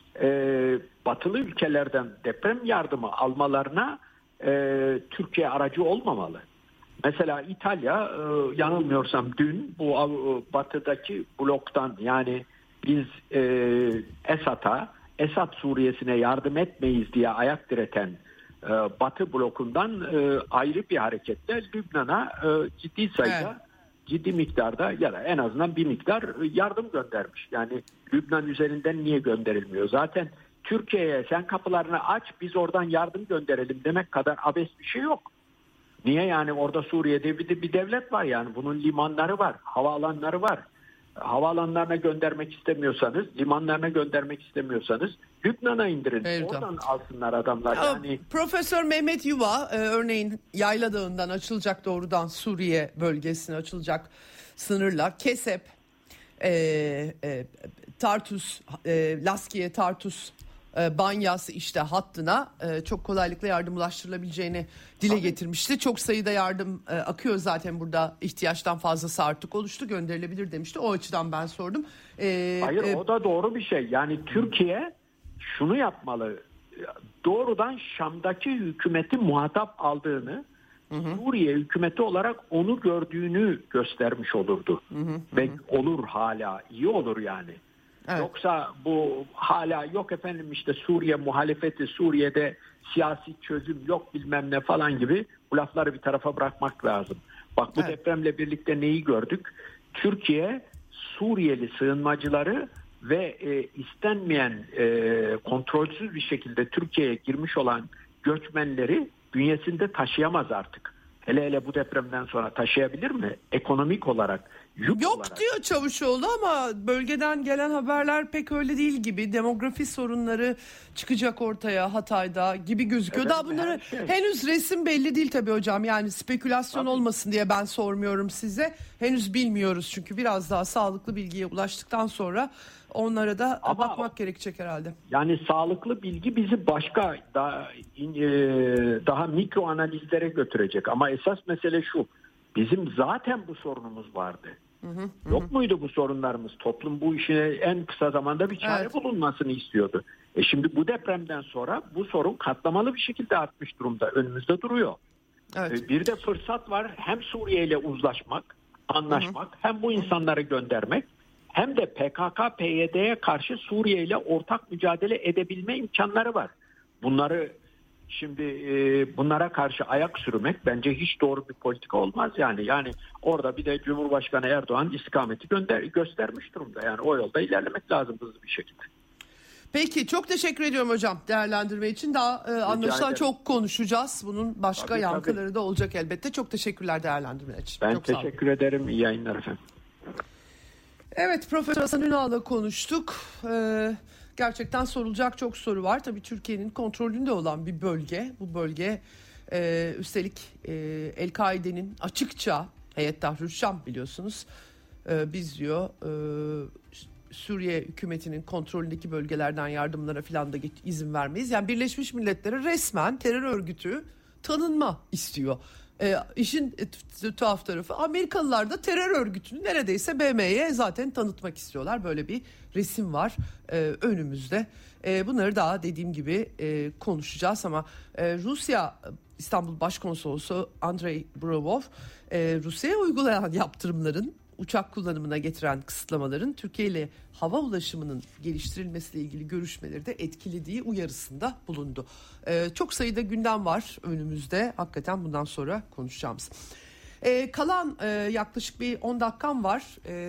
batılı ülkelerden deprem yardımı almalarına Türkiye aracı olmamalı. Mesela İtalya, yanılmıyorsam dün bu batıdaki bloktan, yani biz Esad Suriye'sine yardım etmeyiz diye ayak direten Batı blokundan ayrı bir hareketle Lübnan'a ciddi sayıda, evet, ciddi miktarda ya da en azından bir miktar yardım göndermiş. Yani Lübnan üzerinden niye gönderilmiyor? Zaten Türkiye'ye sen kapılarını aç, biz oradan yardım gönderelim demek kadar abes bir şey yok. Niye? Yani orada Suriye'de bir devlet var, yani bunun limanları var, havaalanları var. Havaalanlarına göndermek istemiyorsanız, limanlarına göndermek istemiyorsanız Lübnan'a indirin. Evet, oradan alsınlar adamlar. Yani Profesör Mehmet Yuva örneğin Yayla Dağı'ndan açılacak, doğrudan Suriye bölgesine açılacak sınırla Kesep, Tartus, Laskiye, Tartus, Banyas işte hattına çok kolaylıkla yardım ulaştırılabileceğini dile getirmişti. Çok sayıda yardım akıyor zaten, burada ihtiyaçtan fazlası artık oluştu, gönderilebilir demişti. O açıdan ben sordum. Hayır, o da doğru bir şey. Yani Türkiye şunu yapmalı. doğrudan Şam'daki hükümeti muhatap aldığını, Suriye hükümeti olarak onu gördüğünü göstermiş olurdu. Ve olur, hala iyi olur yani. Evet. Yoksa bu hala yok efendim işte Suriye muhalefeti, Suriye'de siyasi çözüm yok bilmem ne falan gibi bu lafları bir tarafa bırakmak lazım. Bak bu depremle birlikte neyi gördük? Türkiye Suriyeli sığınmacıları ve istenmeyen kontrolsüz bir şekilde Türkiye'ye girmiş olan göçmenleri bünyesinde taşıyamaz artık. Hele bu depremden sonra taşıyabilir mi? Ekonomik olarak, yük yok olarak. Diyor Çavuşoğlu ama bölgeden gelen haberler pek öyle değil gibi. Demografi sorunları çıkacak ortaya Hatay'da gibi gözüküyor. Evet, daha bunları henüz resim belli değil tabii hocam. Yani spekülasyon olmasın diye ben sormuyorum size. Henüz bilmiyoruz çünkü biraz daha sağlıklı bilgiye ulaştıktan sonra onlara da bakmak gerekecek herhalde. Yani sağlıklı bilgi bizi başka daha mikro analizlere götürecek. Ama esas mesele şu. Bizim zaten bu sorunumuz vardı. Yok muydu bu sorunlarımız? Toplum bu işine en kısa zamanda bir çare bulunmasını istiyordu. Şimdi bu depremden sonra bu sorun katlamalı bir şekilde artmış durumda. Önümüzde duruyor. Evet. Bir de fırsat var. Hem Suriye ile uzlaşmak, anlaşmak, hem bu insanları göndermek, hem de PKK-PYD'ye karşı Suriye ile ortak mücadele edebilme imkanları var. Bunlara karşı ayak sürmek bence hiç doğru bir politika olmaz yani. Yani orada bir de Cumhurbaşkanı Erdoğan istikameti göstermiş durumda. Yani o yolda ilerlemek lazım hızlı bir şekilde. Peki çok teşekkür ediyorum hocam değerlendirme için. Daha anlaşılan çok konuşacağız. Bunun başka yankıları da olacak elbette. Çok teşekkürler değerlendirme için. Ben çok teşekkür ederim. İyi yayınlar efendim. Evet, Profesör Hasan Ünal'la konuştuk. Gerçekten sorulacak çok soru var. Tabii Türkiye'nin kontrolünde olan bir bölge. Bu bölge üstelik El-Kaide'nin açıkça Heyet Tahrir Şam biliyorsunuz biz diyor Suriye hükümetinin kontrolündeki bölgelerden yardımlara falan da izin vermeyiz. Yani Birleşmiş Milletler'e resmen terör örgütü tanınma istiyor. İşin tuhaf tarafı Amerikalılar da terör örgütünü neredeyse BM'ye zaten tanıtmak istiyorlar. Böyle bir resim var önümüzde. Bunları daha dediğim gibi konuşacağız ama Rusya İstanbul Başkonsolosu Andrei Brovov Rusya'ya uygulayan yaptırımların uçak kullanımına getiren kısıtlamaların Türkiye ile hava ulaşımının geliştirilmesiyle ilgili görüşmeleri de etkilediği uyarısında bulundu. Çok sayıda gündem var önümüzde. Hakikaten bundan sonra konuşacağımız. Kalan yaklaşık bir 10 dakikam var.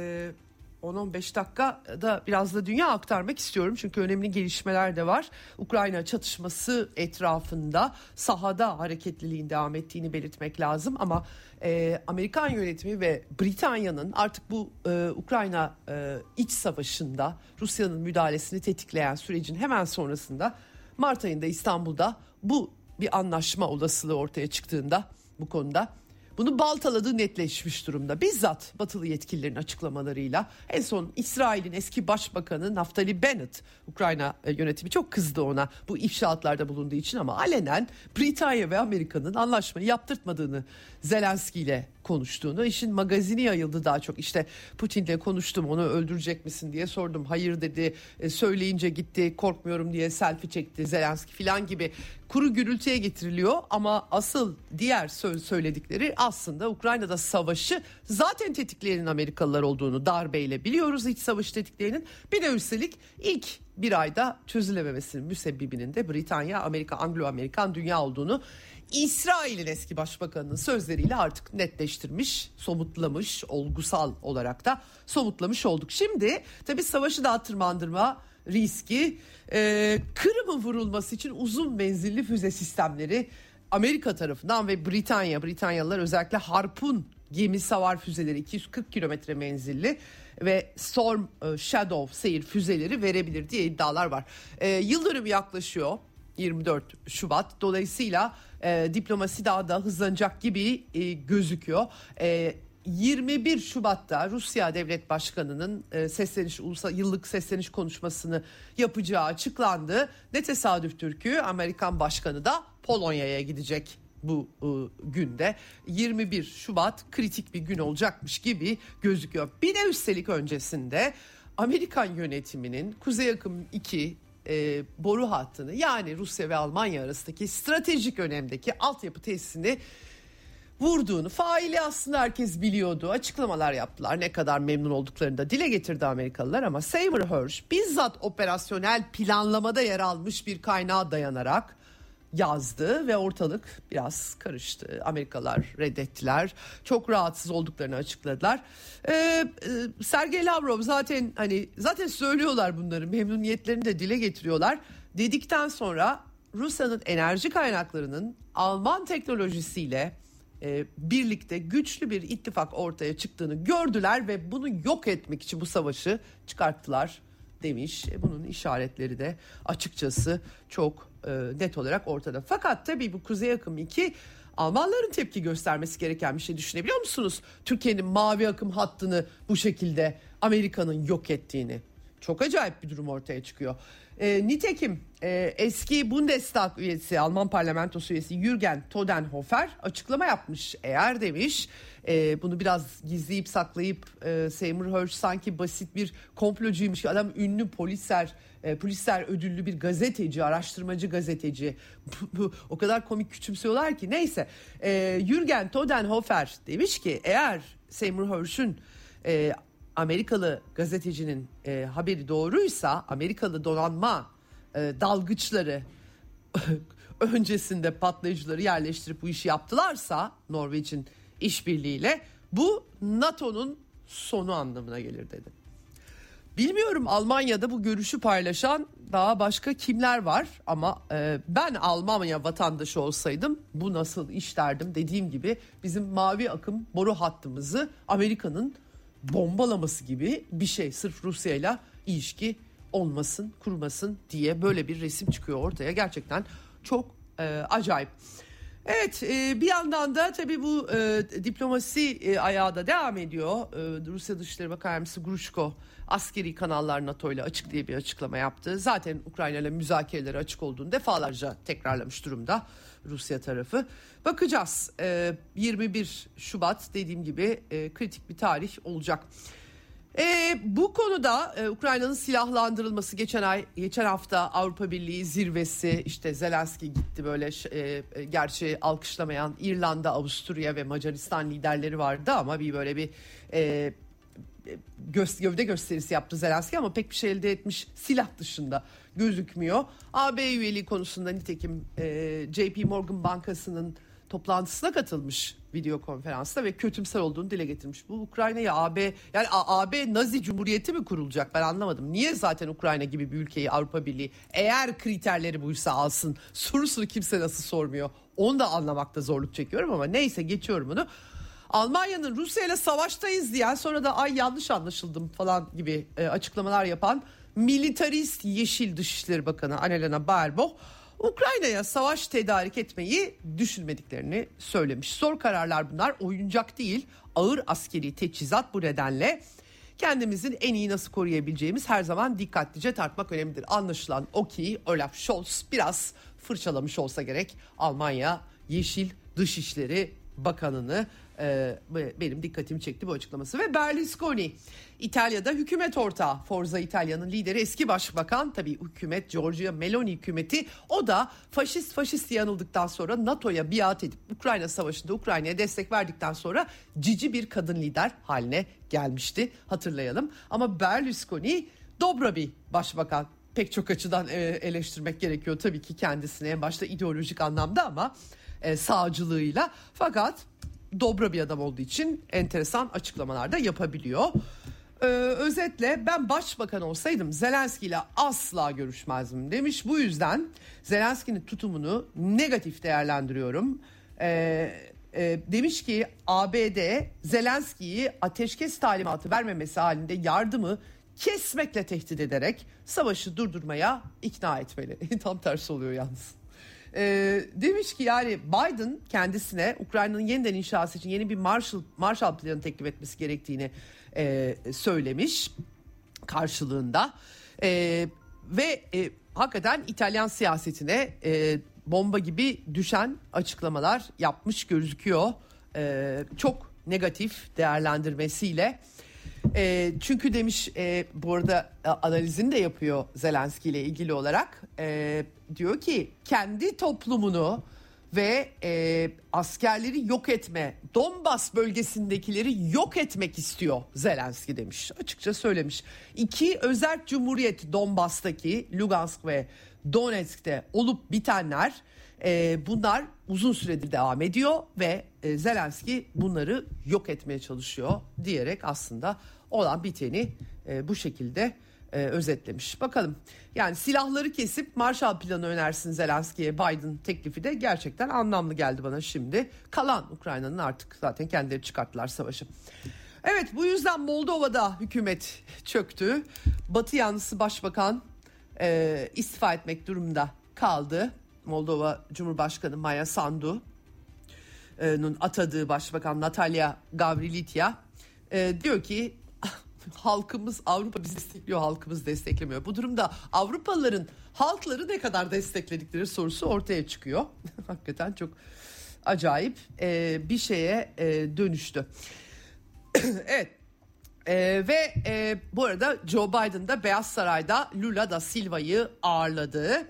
10-15 dakikada biraz da dünya aktarmak istiyorum. Çünkü önemli gelişmeler de var. Ukrayna çatışması etrafında sahada hareketliliğin devam ettiğini belirtmek lazım. Ama Amerikan yönetimi ve Britanya'nın artık bu Ukrayna iç savaşında Rusya'nın müdahalesini tetikleyen sürecin hemen sonrasında Mart ayında İstanbul'da bu bir anlaşma olasılığı ortaya çıktığında bu konuda bunu baltaladığı netleşmiş durumda. Bizzat batılı yetkililerin açıklamalarıyla en son İsrail'in eski başbakanı Naftali Bennett, Ukrayna yönetimi çok kızdı ona bu ifşaatlarda bulunduğu için ama alenen Britanya ve Amerika'nın anlaşmayı yaptırtmadığını Zelenski ile konuştuğunu, işin magazini yayıldı daha çok. İşte Putin'le konuştum, onu öldürecek misin diye sordum. Hayır dedi, söyleyince gitti, korkmuyorum diye selfie çekti Zelenski falan gibi kuru gürültüye getiriliyor. Ama asıl diğer söyledikleri aslında Ukrayna'da savaşı zaten tetikleyenin Amerikalılar olduğunu darbeyle biliyoruz, iç savaş tetikleyenin. Bir de üstelik ilk bir ayda çözülememesinin müsebbibinin de Britanya, Amerika, Anglo-Amerikan dünya olduğunu İsrail'in eski başbakanının sözleriyle artık netleştirmiş, somutlamış, olgusal olarak da somutlamış olduk. Şimdi tabii savaşı daha tırmandırma riski, Kırım'ın vurulması için uzun menzilli füze sistemleri Amerika tarafından ve Britanyalılar özellikle Harpun gemi savar füzeleri 240 kilometre menzilli ve Storm Shadow seyir füzeleri verebilir diye iddialar var. Yıl dönümü yaklaşıyor, 24 Şubat. Dolayısıyla diplomasi daha da hızlanacak gibi gözüküyor. 21 Şubat'ta Rusya Devlet Başkanı'nın yıllık sesleniş konuşmasını yapacağı açıklandı. Ne tesadüftür ki Amerikan Başkanı da Polonya'ya gidecek bu günde. 21 Şubat kritik bir gün olacakmış gibi gözüküyor. Bir de üstelik öncesinde Amerikan yönetiminin Kuzey Akım 2 boru hattını, yani Rusya ve Almanya arasındaki stratejik önemdeki altyapı tesisini vurduğunu, faili aslında herkes biliyordu. Açıklamalar yaptılar. Ne kadar memnun olduklarını da dile getirdi Amerikalılar, ama Seymour Hersh bizzat operasyonel planlamada yer almış bir kaynağa dayanarak yazdı ve ortalık biraz karıştı. Amerikalılar reddettiler. Çok rahatsız olduklarını açıkladılar. Sergey Lavrov zaten söylüyorlar bunları, memnuniyetlerini de dile getiriyorlar. Dedikten sonra Rusya'nın enerji kaynaklarının Alman teknolojisiyle birlikte güçlü bir ittifak ortaya çıktığını gördüler ve bunu yok etmek için bu savaşı çıkarttılar demiş. Bunun işaretleri de açıkçası çok net olarak ortada. Fakat tabii bu Kuzey Akım 2 Almanların tepki göstermesi gereken bir şey, düşünebiliyor musunuz? Türkiye'nin mavi akım hattını bu şekilde Amerika'nın yok ettiğini. Çok acayip bir durum ortaya çıkıyor. Nitekim eski Bundestag üyesi, Alman parlamentosu üyesi Jürgen Todenhofer açıklama yapmış. Eğer demiş bunu biraz gizleyip saklayıp Seymour Hersh sanki basit bir komplocuymuş ki, adam ünlü Pulitzer ödüllü bir gazeteci, araştırmacı gazeteci. O kadar komik küçümsüyorlar ki, neyse. Jürgen Todenhofer demiş ki eğer Seymour Hersh'ün Amerikalı gazetecinin haberi doğruysa, Amerikalı donanma dalgıçları öncesinde patlayıcıları yerleştirip bu işi yaptılarsa Norveç'in işbirliğiyle, bu NATO'nun sonu anlamına gelir dedi. Bilmiyorum Almanya'da bu görüşü paylaşan daha başka kimler var, ama ben Almanya vatandaşı olsaydım bu nasıl iş derdim. Dediğim gibi bizim mavi akım boru hattımızı Amerika'nın bombalaması gibi bir şey, sırf Rusya'yla ilişki olmasın, kurmasın diye böyle bir resim çıkıyor ortaya. Gerçekten çok acayip. Evet, bir yandan da tabii bu diplomasi ayağı da devam ediyor. Rusya Dışişleri Bakan Yardımcısı Grushko askeri kanallar NATO ile açık diye bir açıklama yaptı. Zaten Ukrayna ile müzakereleri açık olduğunu defalarca tekrarlamış durumda Rusya tarafı. Bakacağız. 21 Şubat dediğim gibi kritik bir tarih olacak. Bu konuda Ukrayna'nın silahlandırılması, geçen hafta Avrupa Birliği zirvesi, işte Zelenski gitti, böyle gerçi alkışlamayan İrlanda, Avusturya ve Macaristan liderleri vardı, ama böyle bir gövde gösterisi yaptı Zelenski, ama pek bir şey elde etmiş silah dışında gözükmüyor. AB üyeliği konusunda nitekim JP Morgan Bankası'nın toplantısına katılmış video konferansta ve kötümser olduğunu dile getirmiş. Bu Ukrayna'ya AB Nazi Cumhuriyeti mi kurulacak, ben anlamadım. Niye zaten Ukrayna gibi bir ülkeyi Avrupa Birliği, eğer kriterleri buysa, alsın sorusunu kimse nasıl sormuyor, onu da anlamakta zorluk çekiyorum, ama neyse, geçiyorum bunu. Almanya'nın Rusya ile savaştayız diyen, sonra da ay yanlış anlaşıldım falan gibi açıklamalar yapan militarist Yeşil Dışişleri Bakanı Annalena Baerbock, Ukrayna'ya savaş tedarik etmeyi düşünmediklerini söylemiş. Zor kararlar bunlar, oyuncak değil, ağır askeri teçhizat. Bu nedenle kendimizin en iyi nasıl koruyabileceğimiz her zaman dikkatlice tartmak önemlidir. Anlaşılan o ki Olaf Scholz biraz fırçalamış olsa gerek Almanya Yeşil Dışişleri Bakanı'nı. Benim dikkatimi çekti bu açıklaması. Ve Berlusconi, İtalya'da hükümet ortağı, Forza İtalya'nın lideri, eski başbakan, tabii hükümet Giorgia Meloni hükümeti, o da faşist yanıldıktan sonra NATO'ya biat edip Ukrayna Savaşı'nda Ukrayna'ya destek verdikten sonra cici bir kadın lider haline gelmişti, hatırlayalım. Ama Berlusconi dobra bir başbakan, pek çok açıdan eleştirmek gerekiyor tabii ki kendisini, en başta ideolojik anlamda, ama sağcılığıyla, fakat dobra bir adam olduğu için enteresan açıklamalar da yapabiliyor. Özetle ben başbakan olsaydım Zelenski ile asla görüşmezdim demiş. Bu yüzden Zelenski'nin tutumunu negatif değerlendiriyorum. Demiş ki ABD Zelenski'yi ateşkes talimatı vermemesi halinde yardımı kesmekle tehdit ederek savaşı durdurmaya ikna etmeli. Tam tersi oluyor yalnız. Demiş ki yani Biden kendisine Ukrayna'nın yeniden inşası için yeni bir Marshall planı teklif etmesi gerektiğini söylemiş karşılığında. Ve hakikaten İtalyan siyasetine bomba gibi düşen açıklamalar yapmış gözüküyor. Çok negatif değerlendirmesiyle. Çünkü demiş bu arada analizini de yapıyor Zelenski ile ilgili olarak. Diyor ki kendi toplumunu ve askerleri yok etme, Donbas bölgesindekileri yok etmek istiyor Zelenski demiş. Açıkça söylemiş. 2 özerk cumhuriyet Donbas'taki Lugansk ve Donetsk'te olup bitenler bunlar uzun süredir devam ediyor ve Zelenski bunları yok etmeye çalışıyor diyerek aslında olan biteni bu şekilde özetlemiş. Bakalım yani silahları kesip Marshall Planı önersin Zelenski'ye Biden teklifi de gerçekten anlamlı geldi bana şimdi. Kalan Ukrayna'nın artık zaten kendileri çıkarttılar savaşı. Evet, bu yüzden Moldova'da hükümet çöktü. Batı yanlısı başbakan istifa etmek durumunda kaldı. Moldova Cumhurbaşkanı Maya Sandu'nun atadığı başbakan Natalya Gavrilitya diyor ki halkımız, Avrupa bizi destekliyor, halkımız desteklemiyor. Bu durumda Avrupalıların halkları ne kadar destekledikleri sorusu ortaya çıkıyor. Hakikaten çok acayip bir şeye dönüştü. Evet. Ve bu arada Joe Biden da Beyaz Saray'da Lula da Silva'yı ağırladı.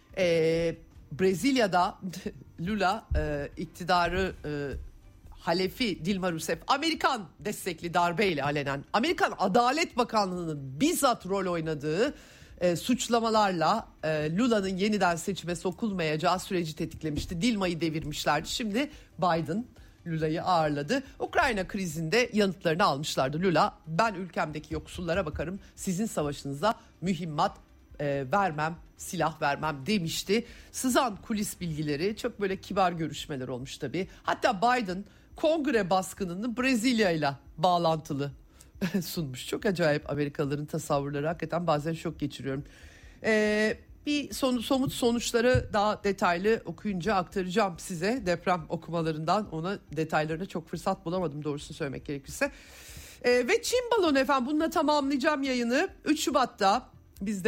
Brezilya'da Lula iktidarı halefi Dilma Rousseff Amerikan destekli darbeyle alenen Amerikan Adalet Bakanlığı'nın bizzat rol oynadığı suçlamalarla Lula'nın yeniden seçime sokulmayacağı süreci tetiklemişti. Dilma'yı devirmişlerdi. Şimdi Biden Lula'yı ağırladı. Ukrayna krizinde yanıtlarını almışlardı. Lula, ben ülkemdeki yoksullara bakarım, sizin savaşınıza mühimmat vermem, silah vermem demişti. Sızan kulis bilgileri, çok böyle kibar görüşmeler olmuş tabii. Hatta Biden kongre baskınını Brezilya ile bağlantılı sunmuş. Çok acayip Amerikalıların tasavvurları, hakikaten bazen şok geçiriyorum. Bir somut sonuçları daha detaylı okuyunca aktaracağım size, deprem okumalarından. Ona detaylarına çok fırsat bulamadım doğrusunu söylemek gerekirse. Ve Çin balonu efendim, bununla tamamlayacağım yayını. 3 Şubat'ta biz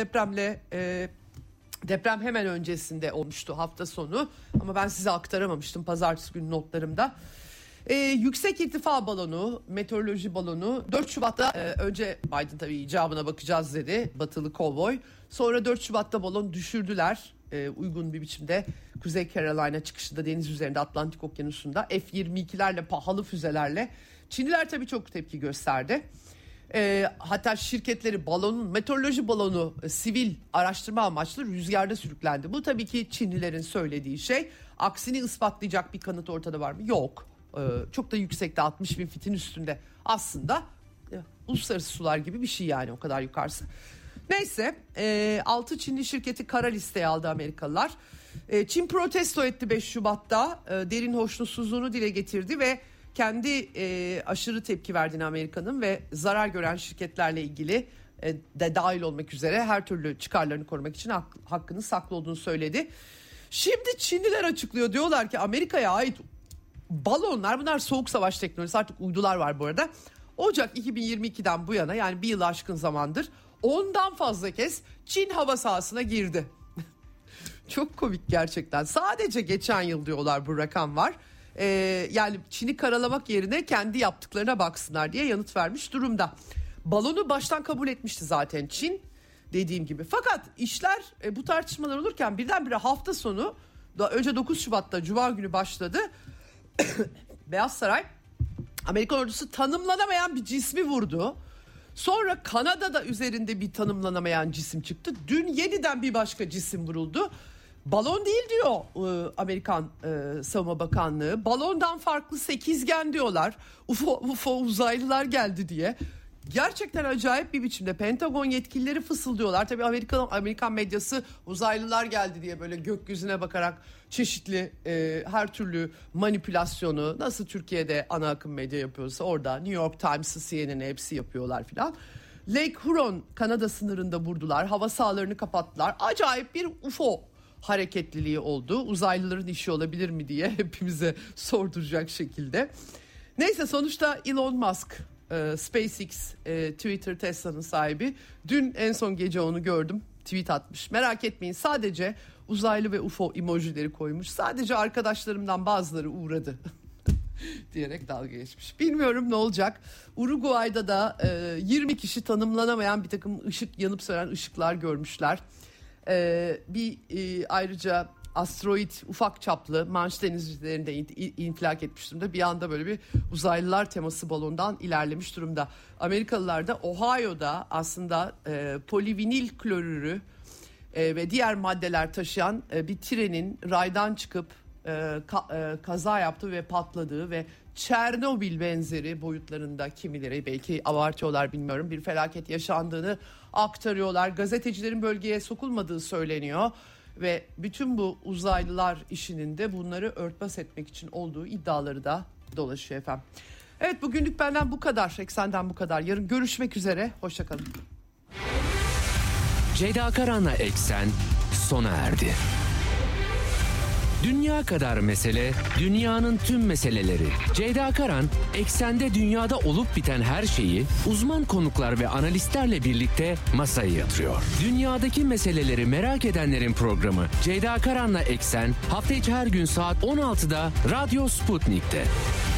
deprem hemen öncesinde olmuştu hafta sonu, ama ben size aktaramamıştım pazartesi günü notlarımda. Yüksek irtifa balonu, meteoroloji balonu 4 Şubat'ta önce Biden tabii icabına bakacağız dedi, batılı kovboy. Sonra 4 Şubat'ta balon düşürdüler uygun bir biçimde Kuzey Carolina çıkışında, deniz üzerinde Atlantik Okyanusu'nda F-22'lerle, pahalı füzelerle. Çinliler tabii çok tepki gösterdi. Hatta şirketleri meteoroloji balonu sivil araştırma amaçlı rüzgarda sürüklendi. Bu tabii ki Çinlilerin söylediği şey. Aksini ispatlayacak bir kanıt ortada var mı? Yok. Çok da yüksekte, 60 bin fitin üstünde. Aslında uluslararası sular gibi bir şey yani, o kadar yukarısı. Neyse 6 Çinli şirketi kara listeye aldı Amerikalılar. Çin protesto etti 5 Şubat'ta. Derin hoşnutsuzluğunu dile getirdi ve kendi aşırı tepki verdiğini Amerika'nın ve zarar gören şirketlerle ilgili de dahil olmak üzere her türlü çıkarlarını korumak için hakkının saklı olduğunu söyledi. Şimdi Çinliler açıklıyor, diyorlar ki Amerika'ya ait balonlar, bunlar soğuk savaş teknolojisi, artık uydular var bu arada. Ocak 2022'den bu yana, yani bir yıl aşkın zamandır 10'dan fazla kez Çin hava sahasına girdi. Çok komik gerçekten. Sadece geçen yıl diyorlar bu rakam var. Yani Çin'i karalamak yerine kendi yaptıklarına baksınlar diye yanıt vermiş durumda. Balonu baştan kabul etmişti zaten Çin, dediğim gibi. Fakat işler bu tartışmalar olurken birdenbire hafta sonu, önce 9 Şubat'ta Cuma günü başladı. Beyaz Saray, Amerikan ordusu tanımlanamayan bir cismi vurdu. Sonra Kanada'da üzerinde bir tanımlanamayan cisim çıktı. Dün yeniden bir başka cisim vuruldu. Balon değil diyor Amerikan Savunma Bakanlığı. Balondan farklı sekizgen diyorlar. UFO uzaylılar geldi diye. Gerçekten acayip bir biçimde Pentagon yetkilileri fısıldıyorlar. Tabii Amerikan medyası uzaylılar geldi diye böyle gökyüzüne bakarak çeşitli her türlü manipülasyonu, nasıl Türkiye'de ana akım medya yapıyorsa orada New York Times'ı, CNN'i hepsi yapıyorlar filan. Lake Huron Kanada sınırında vurdular. Hava sahalarını kapattılar. Acayip bir UFO hareketliliği oldu. Uzaylıların işi olabilir mi diye hepimize sorduracak şekilde. Neyse, sonuçta Elon Musk, SpaceX, Twitter, Tesla'nın sahibi, dün en son gece onu gördüm, tweet atmış. Merak etmeyin, sadece uzaylı ve UFO emojileri koymuş. Sadece arkadaşlarımdan bazıları uğradı. diyerek dalga geçmiş. Bilmiyorum ne olacak. Uruguay'da da 20 kişi tanımlanamayan bir takım yanıp sönen ışıklar görmüşler. Ayrıca asteroid ufak çaplı Manş denizcilerinde infilak etmiş durumda. Bir anda böyle bir uzaylılar teması balondan ilerlemiş durumda. Amerikalılar da Ohio'da aslında polivinil klorürü ve diğer maddeler taşıyan bir trenin raydan çıkıp kaza yaptığı ve patladığı ve Çernobil benzeri boyutlarında, kimileri belki abartıyorlar bilmiyorum, bir felaket yaşandığını aktarıyorlar. Gazetecilerin bölgeye sokulmadığı söyleniyor ve bütün bu uzaylılar işinin de bunları örtbas etmek için olduğu iddiaları da dolaşıyor efendim. Evet, bugünlük benden bu kadar. Eksenden bu kadar. Yarın görüşmek üzere. Hoşçakalın. Ceyda Karan'la Eksen sona erdi. Dünya kadar mesele, dünyanın tüm meseleleri. Ceyda Karan, Eksen'de dünyada olup biten her şeyi uzman konuklar ve analistlerle birlikte masaya yatırıyor. Dünyadaki meseleleri merak edenlerin programı Ceyda Karan'la Eksen hafta içi her gün saat 16'da Radyo Sputnik'te.